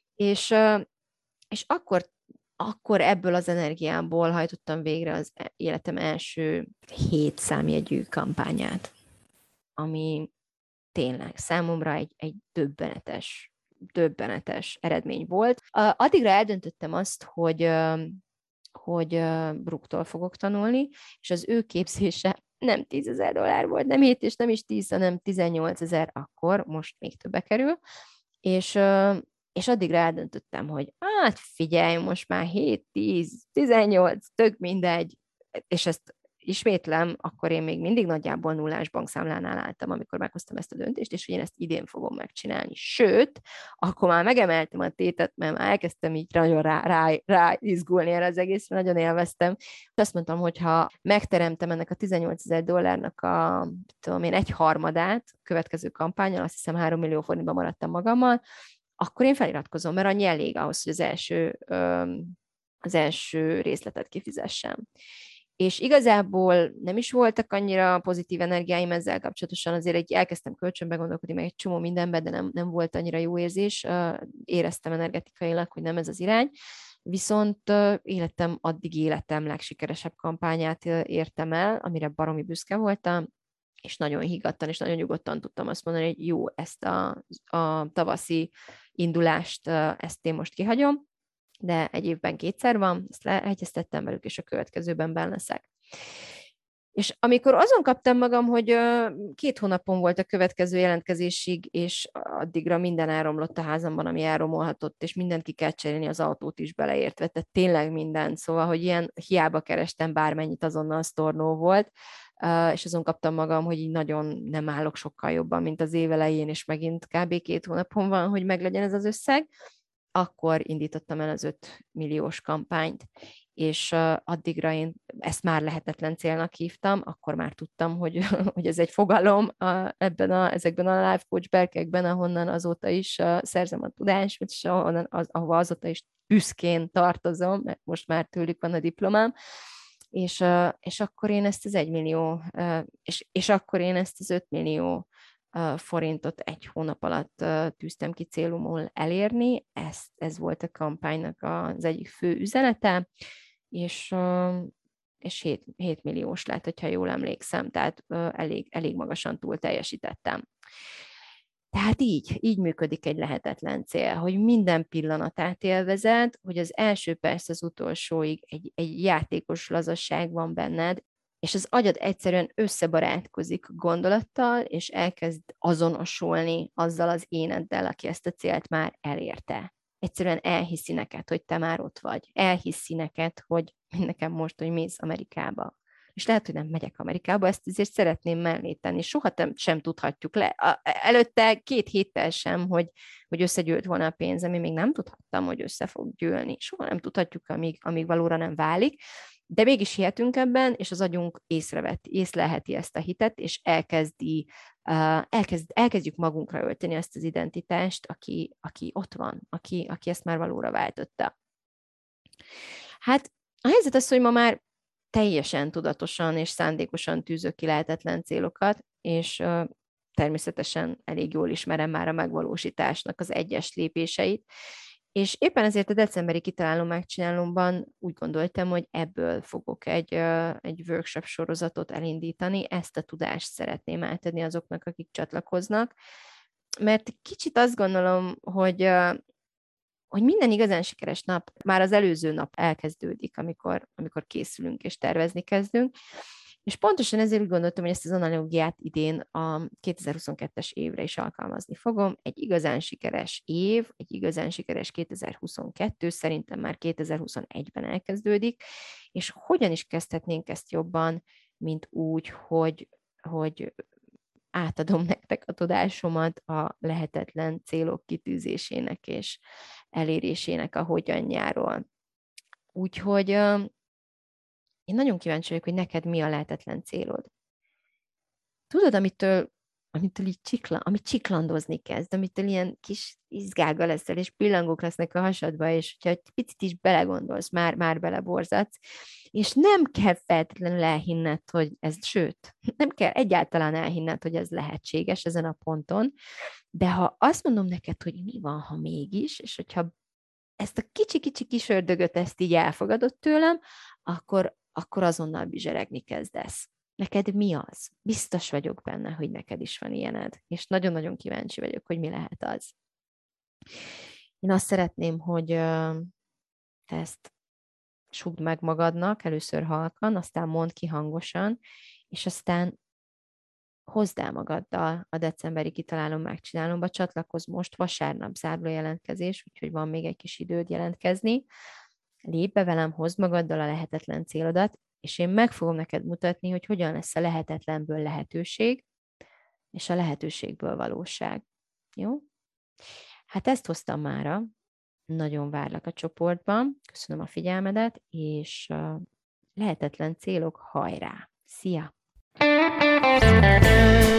És akkor ebből az energiából hajtottam végre az életem első 7 számjegyű kampányát, ami tényleg számomra egy döbbenetes eredmény volt. Addigra eldöntöttem azt, hogy Brooke-tól fogok tanulni, és az ő képzése nem $10,000 volt, nem 7 és nem is 10, hanem 18,000 akkor, most még többe kerül, és addigra eldöntöttem, hogy hát figyelj, most már 7, 10, 18, tök mindegy, és ezt ismétlem, akkor én még mindig nagyjából nullás bankszámlánál álltam, amikor meghoztam ezt a döntést, és hogy én ezt idén fogom megcsinálni. Sőt, akkor már megemeltem a tétet, mert már elkezdtem így nagyon rá izgulni erre az egészre, nagyon élveztem. Azt mondtam, hogy ha megteremtem ennek a $18,000 tudom én, 1/3 következő kampányon, azt hiszem 3 millió forintban maradtam magammal, akkor én feliratkozom, mert annyi elég ahhoz, hogy az első részletet kifizessem. És igazából nem is voltak annyira pozitív energiáim ezzel kapcsolatosan, azért elkezdtem kölcsönbe gondolkodni, meg egy csomó mindenben, de nem volt annyira jó érzés. Éreztem energetikailag, hogy nem ez az irány. Viszont életem legsikeresebb kampányát értem el, amire baromi büszke voltam, és nagyon higgadtan és nagyon nyugodtan tudtam azt mondani, hogy jó, ezt a tavaszi indulást, ezt én most kihagyom, de egy évben 2-szer van, ezt leegyeztettem velük, és a következőben benne leszek. És amikor azon kaptam magam, hogy 2 hónapon volt a következő jelentkezésig, és addigra minden elromlott a házamban, ami elromolhatott, és mindent ki kell cserélni, az autót is beleértve, tehát tényleg minden. Szóval, hogy ilyen hiába kerestem bármennyit, azonnal sztornó volt, és azon kaptam magam, hogy így nagyon nem állok sokkal jobban, mint az év elején, és megint kb. 2 hónapon van, hogy meglegyen ez az összeg. Akkor indítottam el az 5 milliós kampányt, és addigra én ezt már lehetetlen célnak hívtam, akkor már tudtam, hogy, hogy ez egy fogalom ezekben a life coach berkekben, ahonnan azóta is szerzem a tudást, és ahova azóta is büszkén tartozom, mert most már tőlük van a diplomám, és akkor én ezt az 1 millió, és akkor én ezt az 5 millió forintot 1 hónap alatt tűztem ki célumul elérni. Ez volt a kampánynak az egyik fő üzenete, és 7 milliós lett, hogyha jól emlékszem, tehát elég magasan túl teljesítettem. Tehát így működik egy lehetetlen cél, hogy minden pillanatát élvezed, hogy az első perc az utolsóig egy játékos lazasság van benned, és az agyad egyszerűen összebarátkozik gondolattal, és elkezd azonosulni azzal az éneddel, aki ezt a célt már elérte. Egyszerűen elhiszi neked, hogy te már ott vagy. Elhiszi neked, hogy nekem most, hogy mész Amerikába. És lehet, hogy nem megyek Amerikába, ezt azért szeretném mellé tenni. Soha sem tudhatjuk le. Előtte 2 héttel sem, hogy összegyűlt volna a pénzem, én még nem tudhattam, hogy össze fog gyűlni. Soha nem tudhatjuk, amíg valóra nem válik. De mégis hihetünk ebben, és az agyunk észlelheti ezt a hitet, és elkezdjük magunkra ölteni ezt az identitást, aki ott van, aki ezt már valóra váltotta. Hát a helyzet az, hogy ma már teljesen tudatosan és szándékosan tűzök ki lehetetlen célokat, és természetesen elég jól ismerem már a megvalósításnak az egyes lépéseit, és éppen ezért a decemberi kitaláló megcsinálomban úgy gondoltam, hogy ebből fogok egy workshop sorozatot elindítani, ezt a tudást szeretném átadni azoknak, akik csatlakoznak, mert kicsit azt gondolom, hogy minden igazán sikeres nap már az előző nap elkezdődik, amikor készülünk és tervezni kezdünk. És pontosan ezért úgy gondoltam, hogy ezt az analógiát idén a 2022-es évre is alkalmazni fogom. Egy igazán sikeres év, egy igazán sikeres 2022 szerintem már 2021-ben elkezdődik, és hogyan is kezdhetnénk ezt jobban, mint úgy, hogy átadom nektek a tudásomat a lehetetlen célok kitűzésének és elérésének a hogyanjáról. Úgyhogy én nagyon kíváncsi vagyok, hogy neked mi a lehetetlen célod. Tudod, amitől így amit csiklandozni kezd, amitől ilyen kis izgága leszel, és pillangók lesznek a hasadba, és hogyha egy picit is belegondolsz, már beleborzadsz, és nem kell feltétlenül elhinned, hogy sőt, nem kell egyáltalán elhinned, hogy ez lehetséges ezen a ponton, de ha azt mondom neked, hogy mi van, ha mégis, és hogyha ezt a kicsi-kicsi kis ördögöt ezt így elfogadod tőlem, akkor azonnal bizseregni kezdesz. Neked mi az? Biztos vagyok benne, hogy neked is van ilyened, és nagyon-nagyon kíváncsi vagyok, hogy mi lehet az. Én azt szeretném, hogy te ezt sugd meg magadnak, először halkan, aztán mondd ki hangosan, és aztán hozd el magaddal a decemberi kitalálom, megcsinálomba, csatlakozz most, vasárnap záró jelentkezés, úgyhogy van még egy kis időd jelentkezni. Lépj be velem, hozd magaddal a lehetetlen célodat, és én meg fogom neked mutatni, hogy hogyan lesz a lehetetlenből lehetőség, és a lehetőségből valóság. Jó? Hát ezt hoztam mára. Nagyon várlak a csoportban. Köszönöm a figyelmedet, és lehetetlen célok, hajrá! Szia!